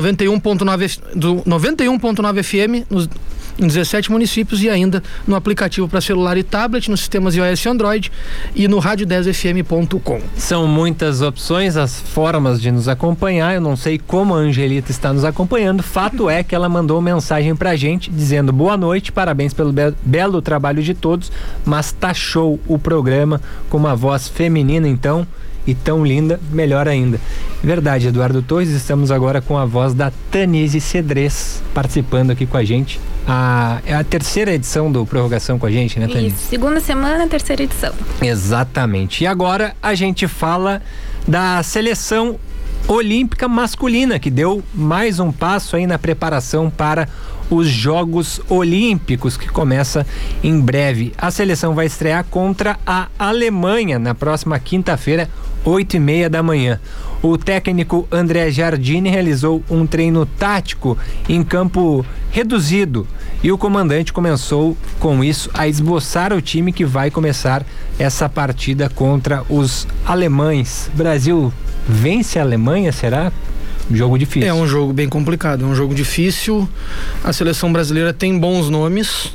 91.9 FM, em 17 municípios, e ainda no aplicativo para celular e tablet, nos sistemas iOS e Android, e no rádio10fm.com. São muitas opções, as formas de nos acompanhar. Eu não sei como a Angelita está nos acompanhando. Fato é que ela mandou mensagem pra gente dizendo: boa noite, parabéns pelo belo trabalho de todos, mas tá show o programa, com uma voz feminina então, e tão linda, melhor ainda. Verdade, Eduardo Torres. Estamos agora com a voz da Tanise Cedrez participando aqui com a gente. É a terceira edição do Prorrogação com a gente, né, Tanise? Isso, segunda semana, terceira edição. Exatamente. E agora a gente fala da seleção olímpica masculina, que deu mais um passo aí na preparação para os Jogos Olímpicos, que começa em breve. A seleção vai estrear contra a Alemanha na próxima quinta-feira, 8h30 da manhã. O técnico André Jardine realizou um treino tático em campo reduzido e o comandante começou com isso a esboçar o time que vai começar essa partida contra os alemães. Brasil vence a Alemanha, será? Jogo difícil. É um jogo bem complicado, é um jogo difícil. A seleção brasileira tem bons nomes.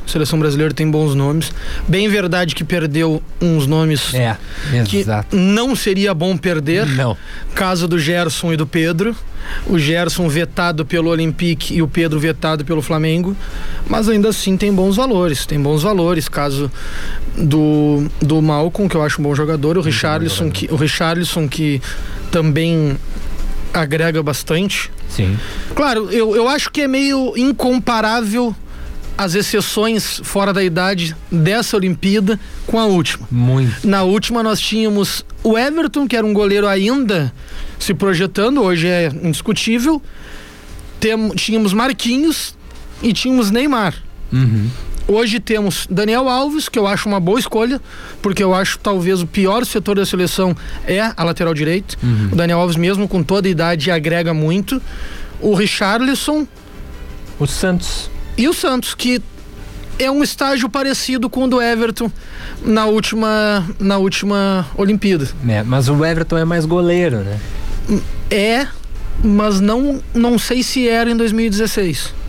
Bem verdade que perdeu uns nomes que não seria bom perder. Não. Caso do Gerson e do Pedro. O Gerson vetado pelo Olympique e o Pedro vetado pelo Flamengo. Mas ainda assim tem bons valores. Caso do Malcom, que eu acho um bom jogador. O Richarlison que também agrega bastante. Sim. Claro, eu acho que é meio incomparável as exceções fora da idade dessa Olimpíada com a última. Muito. Na última nós tínhamos o Everton, que era um goleiro ainda se projetando, hoje é indiscutível. Tínhamos Marquinhos e tínhamos Neymar. Uhum. Hoje temos Daniel Alves, que eu acho uma boa escolha, porque eu acho talvez o pior setor da seleção é a lateral direito. Uhum. O Daniel Alves, mesmo com toda a idade, agrega muito. O Richarlison. O Santos. E o Santos, que é um estágio parecido com o do Everton na última Olimpíada. Mas o Everton é mais goleiro, né? Mas não sei se era em 2016.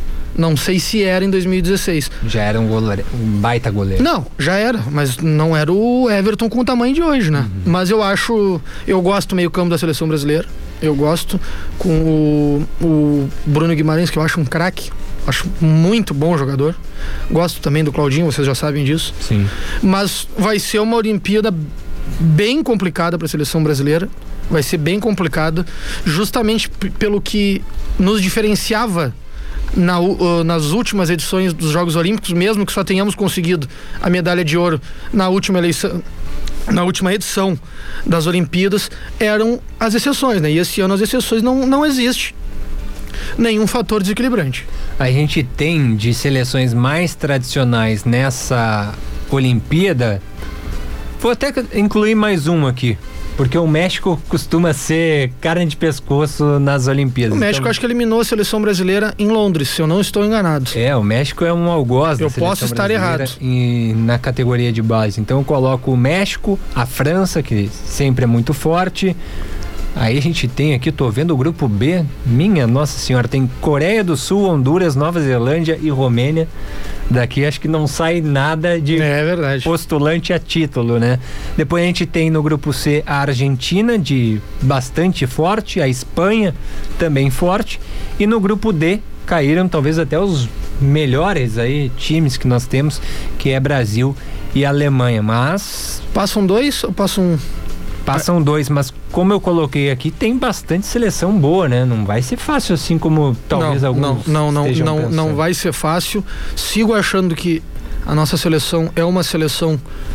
Já era um baita goleiro. Não, já era, mas não era o Everton com o tamanho de hoje, né? Uhum. Mas eu gosto meio campo da seleção brasileira. Eu gosto com o Bruno Guimarães, que eu acho um craque. Acho muito bom jogador. Gosto também do Claudinho, vocês já sabem disso. Sim. Mas vai ser uma Olimpíada bem complicada para a seleção brasileira. Vai ser bem complicada, justamente pelo que nos diferenciava nas últimas edições dos Jogos Olímpicos, mesmo que só tenhamos conseguido a medalha de ouro na última edição das Olimpíadas, eram as exceções, né? E esse ano as exceções não existe nenhum fator desequilibrante. A gente tem de seleções mais tradicionais nessa Olimpíada. Vou até incluir mais uma aqui, porque o México costuma ser carne de pescoço nas Olimpíadas. O México acho que eliminou a seleção brasileira em Londres, se eu não estou enganado. O México é um algoz da seleção brasileira. Eu posso estar errado. Na categoria de base. Então eu coloco o México, a França, que sempre é muito forte. Aí a gente tem aqui, tô vendo o grupo B, minha Nossa Senhora, tem Coreia do Sul, Honduras, Nova Zelândia e Romênia. Daqui acho que não sai nada de postulante a título, né? Depois a gente tem no grupo C a Argentina, de bastante forte, a Espanha também forte, e no grupo D caíram talvez até os melhores aí times que nós temos, que é Brasil e Alemanha, mas... Passam dois ou passam... Passam dois, mas como eu coloquei aqui, tem bastante seleção boa, né? Não vai ser fácil assim como talvez alguns não vai ser fácil. Sigo achando que a nossa seleção é uma seleção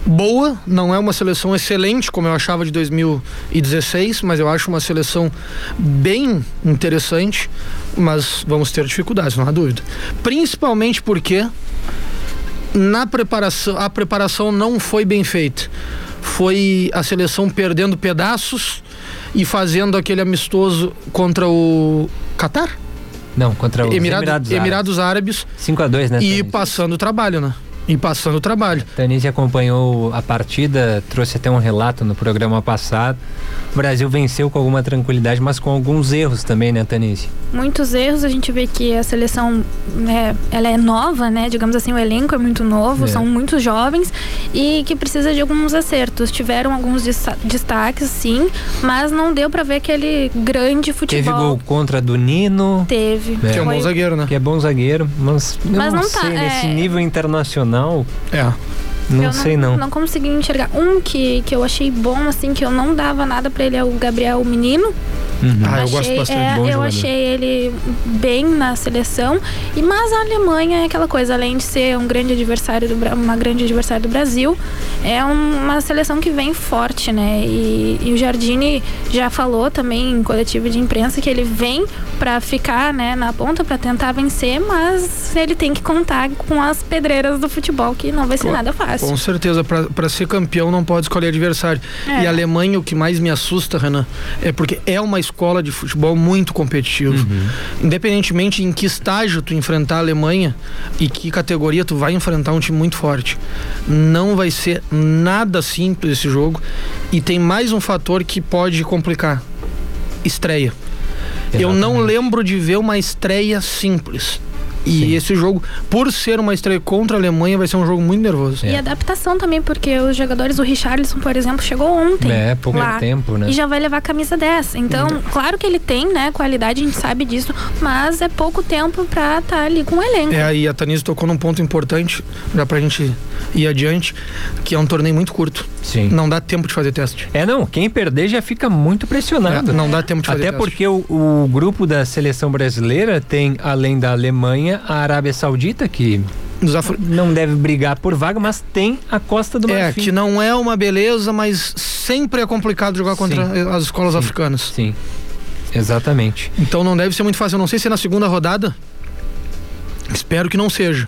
boa, não é uma seleção excelente como eu achava de 2016, mas eu acho uma seleção bem interessante, mas vamos ter dificuldades, não há dúvida. Principalmente porque a preparação não foi bem feita. Foi a seleção perdendo pedaços e fazendo aquele amistoso contra o Catar? Não, contra os Emirados Árabes. 5-2, né? E passando o trabalho, né? Tanise acompanhou a partida, trouxe até um relato no programa passado. O Brasil venceu com alguma tranquilidade, mas com alguns erros também, né, Tanise? Muitos erros, a gente vê que a seleção, ela é nova, né? Digamos assim, o elenco é muito novo, são muito jovens e que precisa de alguns acertos. Tiveram alguns destaques, sim, mas não deu pra ver aquele grande futebol. Teve gol contra do Nino. Teve. Que é um bom zagueiro, né? Que é bom zagueiro, mas não sei, nesse nível internacional... Não consegui enxergar. Um que eu achei bom, assim, que eu não dava nada pra ele, é o Gabriel Menino. Eu gosto bastante. Eu achei ele bem na seleção, mas a Alemanha é aquela coisa, além de ser uma grande adversário do Brasil, é uma seleção que vem forte, né? E o Jardine já falou também em coletivo de imprensa que ele vem pra ficar, né, na ponta, pra tentar vencer, mas ele tem que contar com as pedreiras do futebol, que não vai ser nada fácil. Com certeza, pra ser campeão não pode escolher adversário. E a Alemanha, o que mais me assusta, Renan, é porque é uma escola de futebol muito competitivo. Independentemente em que estágio tu enfrentar a Alemanha e que categoria tu vai enfrentar um time muito forte, não vai ser nada simples esse jogo. E tem mais um fator que pode complicar: estreia. Exatamente. Eu não lembro de ver uma estreia simples. E esse jogo, por ser uma estreia contra a Alemanha, vai ser um jogo muito nervoso. E adaptação também, porque os jogadores, o Richarlison, por exemplo, chegou ontem. Pouco tempo, né? E já vai levar a camisa 10. Então, claro que ele tem, né, qualidade, a gente sabe disso, mas é pouco tempo pra estar ali com o elenco. E a Tanise tocou num ponto importante, já pra gente ir adiante, que é um torneio muito curto. Sim. Não dá tempo de fazer teste. Quem perder já fica muito pressionado. Não dá tempo de fazer teste. Até porque o grupo da seleção brasileira tem, além da Alemanha, a Arábia Saudita, que não deve brigar por vaga, mas tem a Costa do Marfim. Que não é uma beleza, mas sempre é complicado jogar contra as escolas africanas. Sim, exatamente. Então não deve ser muito fácil. Eu não sei se é na segunda rodada. Espero que não seja.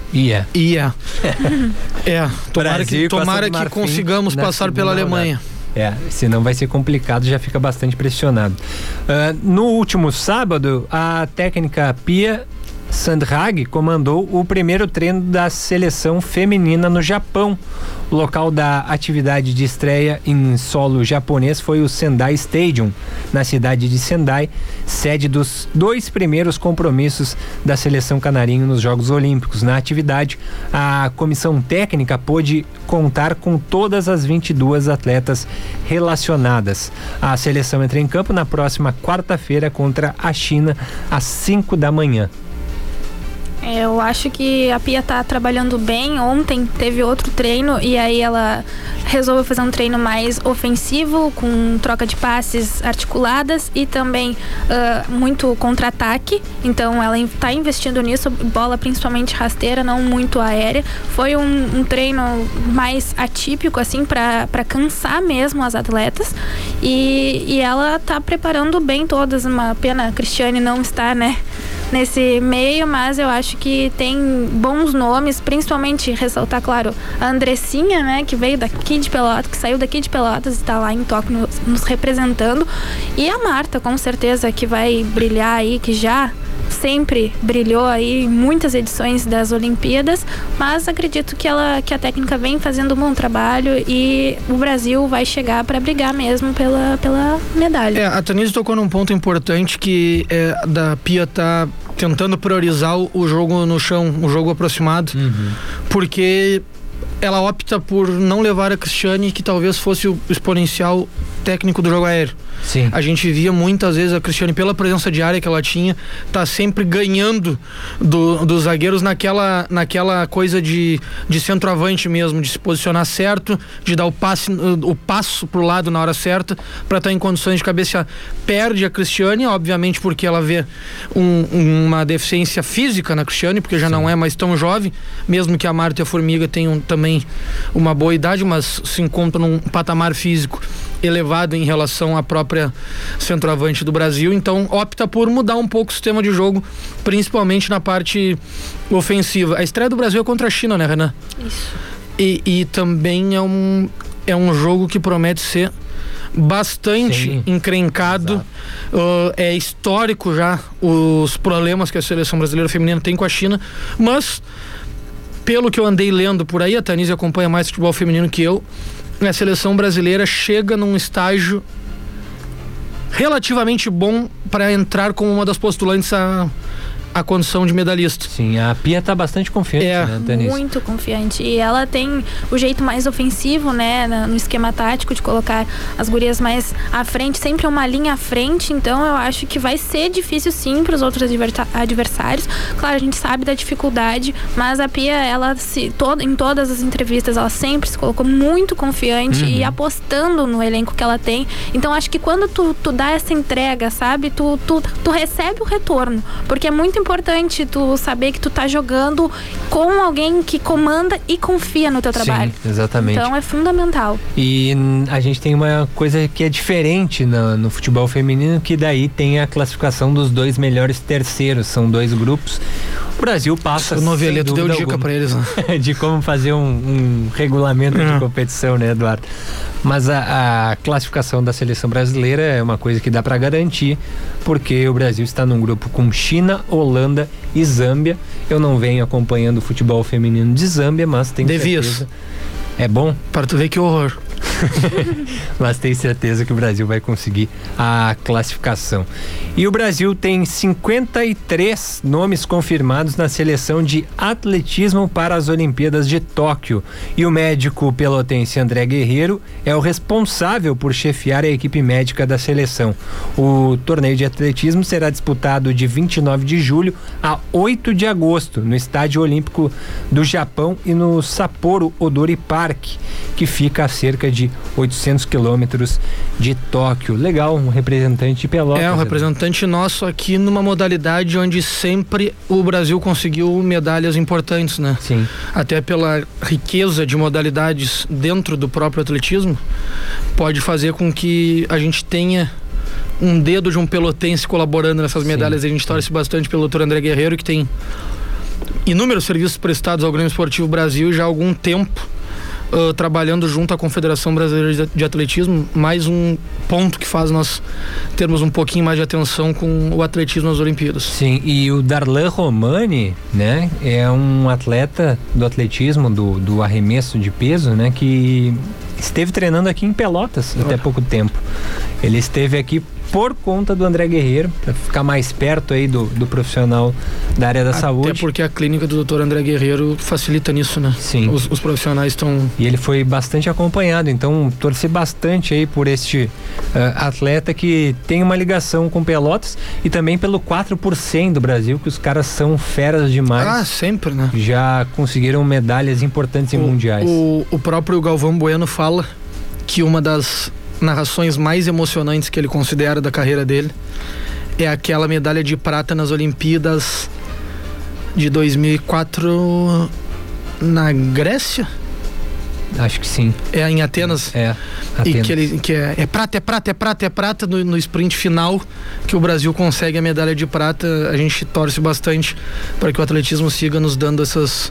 Tomara que consigamos passar pela Alemanha. Senão vai ser complicado, já fica bastante pressionado. No último sábado, a técnica Pia Sandhag comandou o primeiro treino da seleção feminina no Japão. O local da atividade de estreia em solo japonês foi o Sendai Stadium, na cidade de Sendai, sede dos 2 primeiros compromissos da seleção canarinho nos Jogos Olímpicos. Na atividade, a comissão técnica pôde contar com todas as 22 atletas relacionadas. A seleção entra em campo na próxima quarta-feira contra a China, às 5 da manhã. Eu acho que a Pia tá trabalhando bem. Ontem teve outro treino e aí ela resolveu fazer um treino mais ofensivo, com troca de passes articuladas e também muito contra-ataque. Então ela tá investindo nisso, bola principalmente rasteira, não muito aérea. Foi um treino mais atípico, assim, para cansar mesmo as atletas. E ela tá preparando bem todas. Uma pena a Cristiane não estar, né, nesse meio, mas eu acho que tem bons nomes, principalmente ressaltar, claro, a Andressinha, né, que veio daqui de Pelotas, que saiu daqui de Pelotas e está lá em Tóquio nos representando, e a Marta, com certeza, que vai brilhar aí, que já sempre brilhou aí em muitas edições das Olimpíadas, mas acredito que a técnica vem fazendo um bom trabalho e o Brasil vai chegar para brigar mesmo pela medalha. A Tanise tocou num ponto importante que da Pia tá tentando priorizar o jogo no chão, o jogo aproximado, porque ela opta por não levar a Cristiane, que talvez fosse o exponencial técnico do jogo aéreo. Sim. A gente via muitas vezes a Cristiane, pela presença de área que ela tinha, tá sempre ganhando dos zagueiros naquela coisa de centroavante mesmo, de se posicionar certo, de dar o passo pro lado na hora certa, para estar em condições de cabecear. Perde a Cristiane, obviamente, porque ela vê uma deficiência física na Cristiane, porque já não é mais tão jovem, mesmo que a Marta e a Formiga tenham também uma boa idade, mas se encontram num patamar físico elevado em relação à própria centroavante do Brasil, então opta por mudar um pouco o sistema de jogo, principalmente na parte ofensiva. A estreia do Brasil é contra a China, né, Renan? Isso. E também é um jogo que promete ser bastante encrencado. É histórico já os problemas que a seleção brasileira feminina tem com a China, mas pelo que eu andei lendo por aí, a Tanise acompanha mais futebol feminino que eu, a seleção brasileira chega num estágio relativamente bom para entrar como uma das postulantes a condição de medalhista. Sim, a Pia tá bastante confiante, né, Tanise? Muito confiante. E ela tem o jeito mais ofensivo, né, no esquema tático de colocar as gurias mais à frente, sempre uma linha à frente, então eu acho que vai ser difícil sim para os outros adversários. Claro, a gente sabe da dificuldade, mas a Pia, ela em todas as entrevistas, ela sempre se colocou muito confiante e apostando no elenco que ela tem. Então acho que quando tu dá essa entrega, sabe, tu recebe o retorno, porque é muito importante tu saber que tu tá jogando com alguém que comanda e confia no teu trabalho. Sim, exatamente. Então é fundamental. E a gente tem uma coisa que é diferente no futebol feminino, que daí tem a classificação dos 2 melhores terceiros, são 2 grupos. O Brasil passa. O Noveleto deu dica pra eles, né? De como fazer um regulamento de competição, né, Eduardo? Mas a classificação da seleção brasileira é uma coisa que dá para garantir, porque o Brasil está num grupo com China, Holanda e Zâmbia. Eu não venho acompanhando o futebol feminino de Zâmbia, mas tenho certeza. É bom? Para tu ver que horror. Mas tenho certeza que o Brasil vai conseguir a classificação. E o Brasil tem 53 nomes confirmados na seleção de atletismo para as Olimpíadas de Tóquio. E o médico pelotense André Guerreiro é o responsável por chefiar a equipe médica da seleção. O torneio de atletismo será disputado de 29 de julho a 8 de agosto no Estádio Olímpico do Japão e no Sapporo Odori Park, que fica a cerca de 800 quilômetros de Tóquio. Legal, um representante de Pelotas. É, um representante nosso aqui numa modalidade onde sempre o Brasil conseguiu medalhas importantes, né? Sim. Até pela riqueza de modalidades dentro do próprio atletismo, pode fazer com que a gente tenha um dedo de um pelotense colaborando nessas medalhas. A gente torce bastante pelo Dr. André Guerreiro, que tem inúmeros serviços prestados ao Grêmio Esportivo Brasil já há algum tempo, trabalhando junto à Confederação Brasileira de Atletismo. Mais um ponto que faz nós termos um pouquinho mais de atenção com o atletismo nas Olimpíadas. Sim, e o Darlan Romani, né, é um atleta do atletismo, do arremesso de peso, né, que esteve treinando aqui em Pelotas até pouco tempo. Ele esteve aqui por conta do André Guerreiro, para ficar mais perto aí do profissional da área da saúde. Até porque a clínica do Dr. André Guerreiro facilita nisso, né? Sim. Os profissionais estão... E ele foi bastante acompanhado, então torci bastante aí por este atleta que tem uma ligação com Pelotas e também pelo 4% do Brasil, que os caras são feras demais. Ah, sempre, né? Já conseguiram medalhas importantes em mundiais. O próprio Galvão Bueno fala que uma das narrações mais emocionantes que ele considera da carreira dele é aquela medalha de prata nas Olimpíadas de 2004 na Grécia. Acho que sim. É em Atenas. Atenas. E que é prata no sprint final, que o Brasil consegue a medalha de prata. A gente torce bastante para que o atletismo siga nos dando essas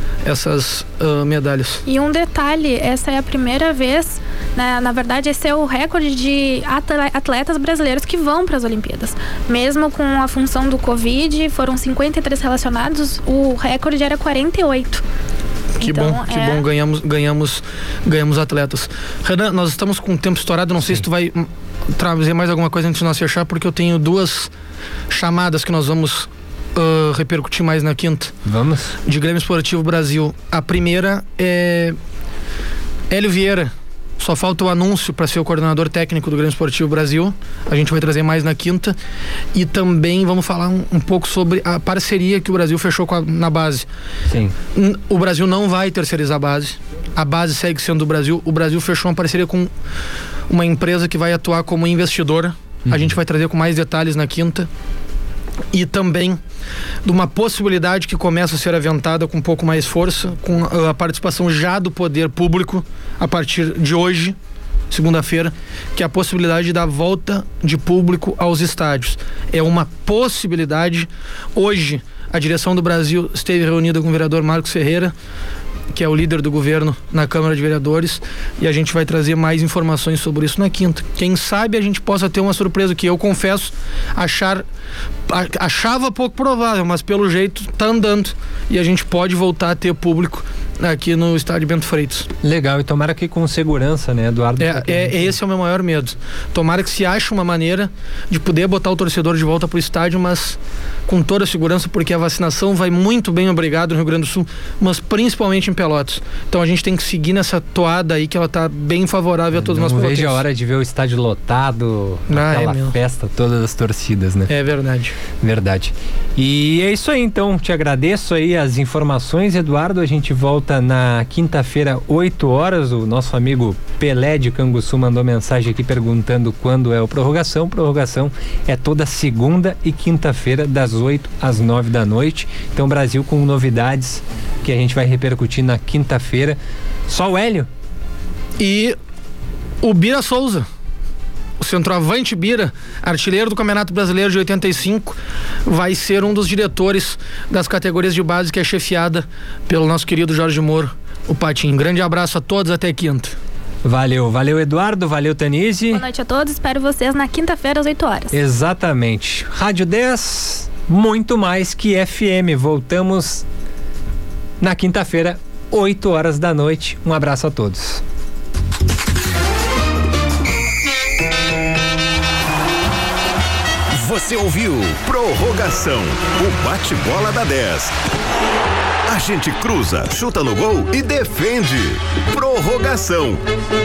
medalhas. E um detalhe, essa é a primeira vez, né, na verdade esse é o recorde de atletas brasileiros que vão para as Olimpíadas. Mesmo com a função do Covid, foram 53 relacionados, o recorde era 48. Que então, bom, ganhamos atletas. Renan, nós estamos com o tempo estourado, não sei se tu vai trazer mais alguma coisa antes de nós fechar, porque eu tenho 2 chamadas que nós vamos repercutir mais na quinta. Vamos. De Grêmio Esportivo Brasil. A primeira é Hélio Vieira, Só falta o anúncio para ser o coordenador técnico do Grêmio Esportivo Brasil. A gente vai trazer mais na quinta. E também vamos falar um pouco sobre a parceria que o Brasil fechou na base. Sim. O Brasil não vai terceirizar a base. A base segue sendo do Brasil. O Brasil fechou uma parceria com uma empresa que vai atuar como investidora. A gente vai trazer com mais detalhes na quinta. E também de uma possibilidade que começa a ser aventada com um pouco mais força, com a participação já do poder público a partir de hoje, segunda-feira, que é a possibilidade da volta de público aos estádios. É uma possibilidade. Hoje a direção do Brasil esteve reunida com o vereador Marcos Ferreira, que é o líder do governo na Câmara de Vereadores, e a gente vai trazer mais informações sobre isso na quinta. Quem sabe a gente possa ter uma surpresa, que eu confesso achava pouco provável, mas pelo jeito tá andando e a gente pode voltar a ter público aqui no estádio Bento Freitas. Legal, e tomara que com segurança, né, Eduardo? Esse é o meu maior medo. Tomara que se ache uma maneira de poder botar o torcedor de volta pro estádio, mas com toda a segurança, porque a vacinação vai muito bem, obrigado, no Rio Grande do Sul, mas principalmente em Pelotas. Então a gente tem que seguir nessa toada aí, que ela tá bem favorável a todos nós pelotenses. Não vejo a hora de ver o estádio lotado, aquela festa toda das torcidas, né? É verdade. Verdade. E é isso aí, então, te agradeço aí as informações, Eduardo. A gente volta na quinta-feira, 8 horas. O nosso amigo Pelé de Canguçu mandou mensagem aqui perguntando quando é o prorrogação. Prorrogação é toda segunda e quinta-feira, das 8 às 9 da noite. Então, Brasil com novidades que a gente vai repercutir na quinta-feira. Só o Hélio. E o Bira Souza, o centroavante Bira, artilheiro do Campeonato Brasileiro de 85, vai ser um dos diretores das categorias de base, que é chefiada pelo nosso querido Jorge Moro, o Patinho. Grande abraço a todos, até quinta. Valeu Eduardo, valeu Tanise. Boa noite a todos, espero vocês na quinta-feira às 8 horas. Exatamente. Rádio 10, muito mais que FM. Voltamos na quinta-feira, 8 horas da noite. Um abraço a todos. Você ouviu Prorrogação, o bate-bola da 10. A gente cruza, chuta no gol e defende. Prorrogação.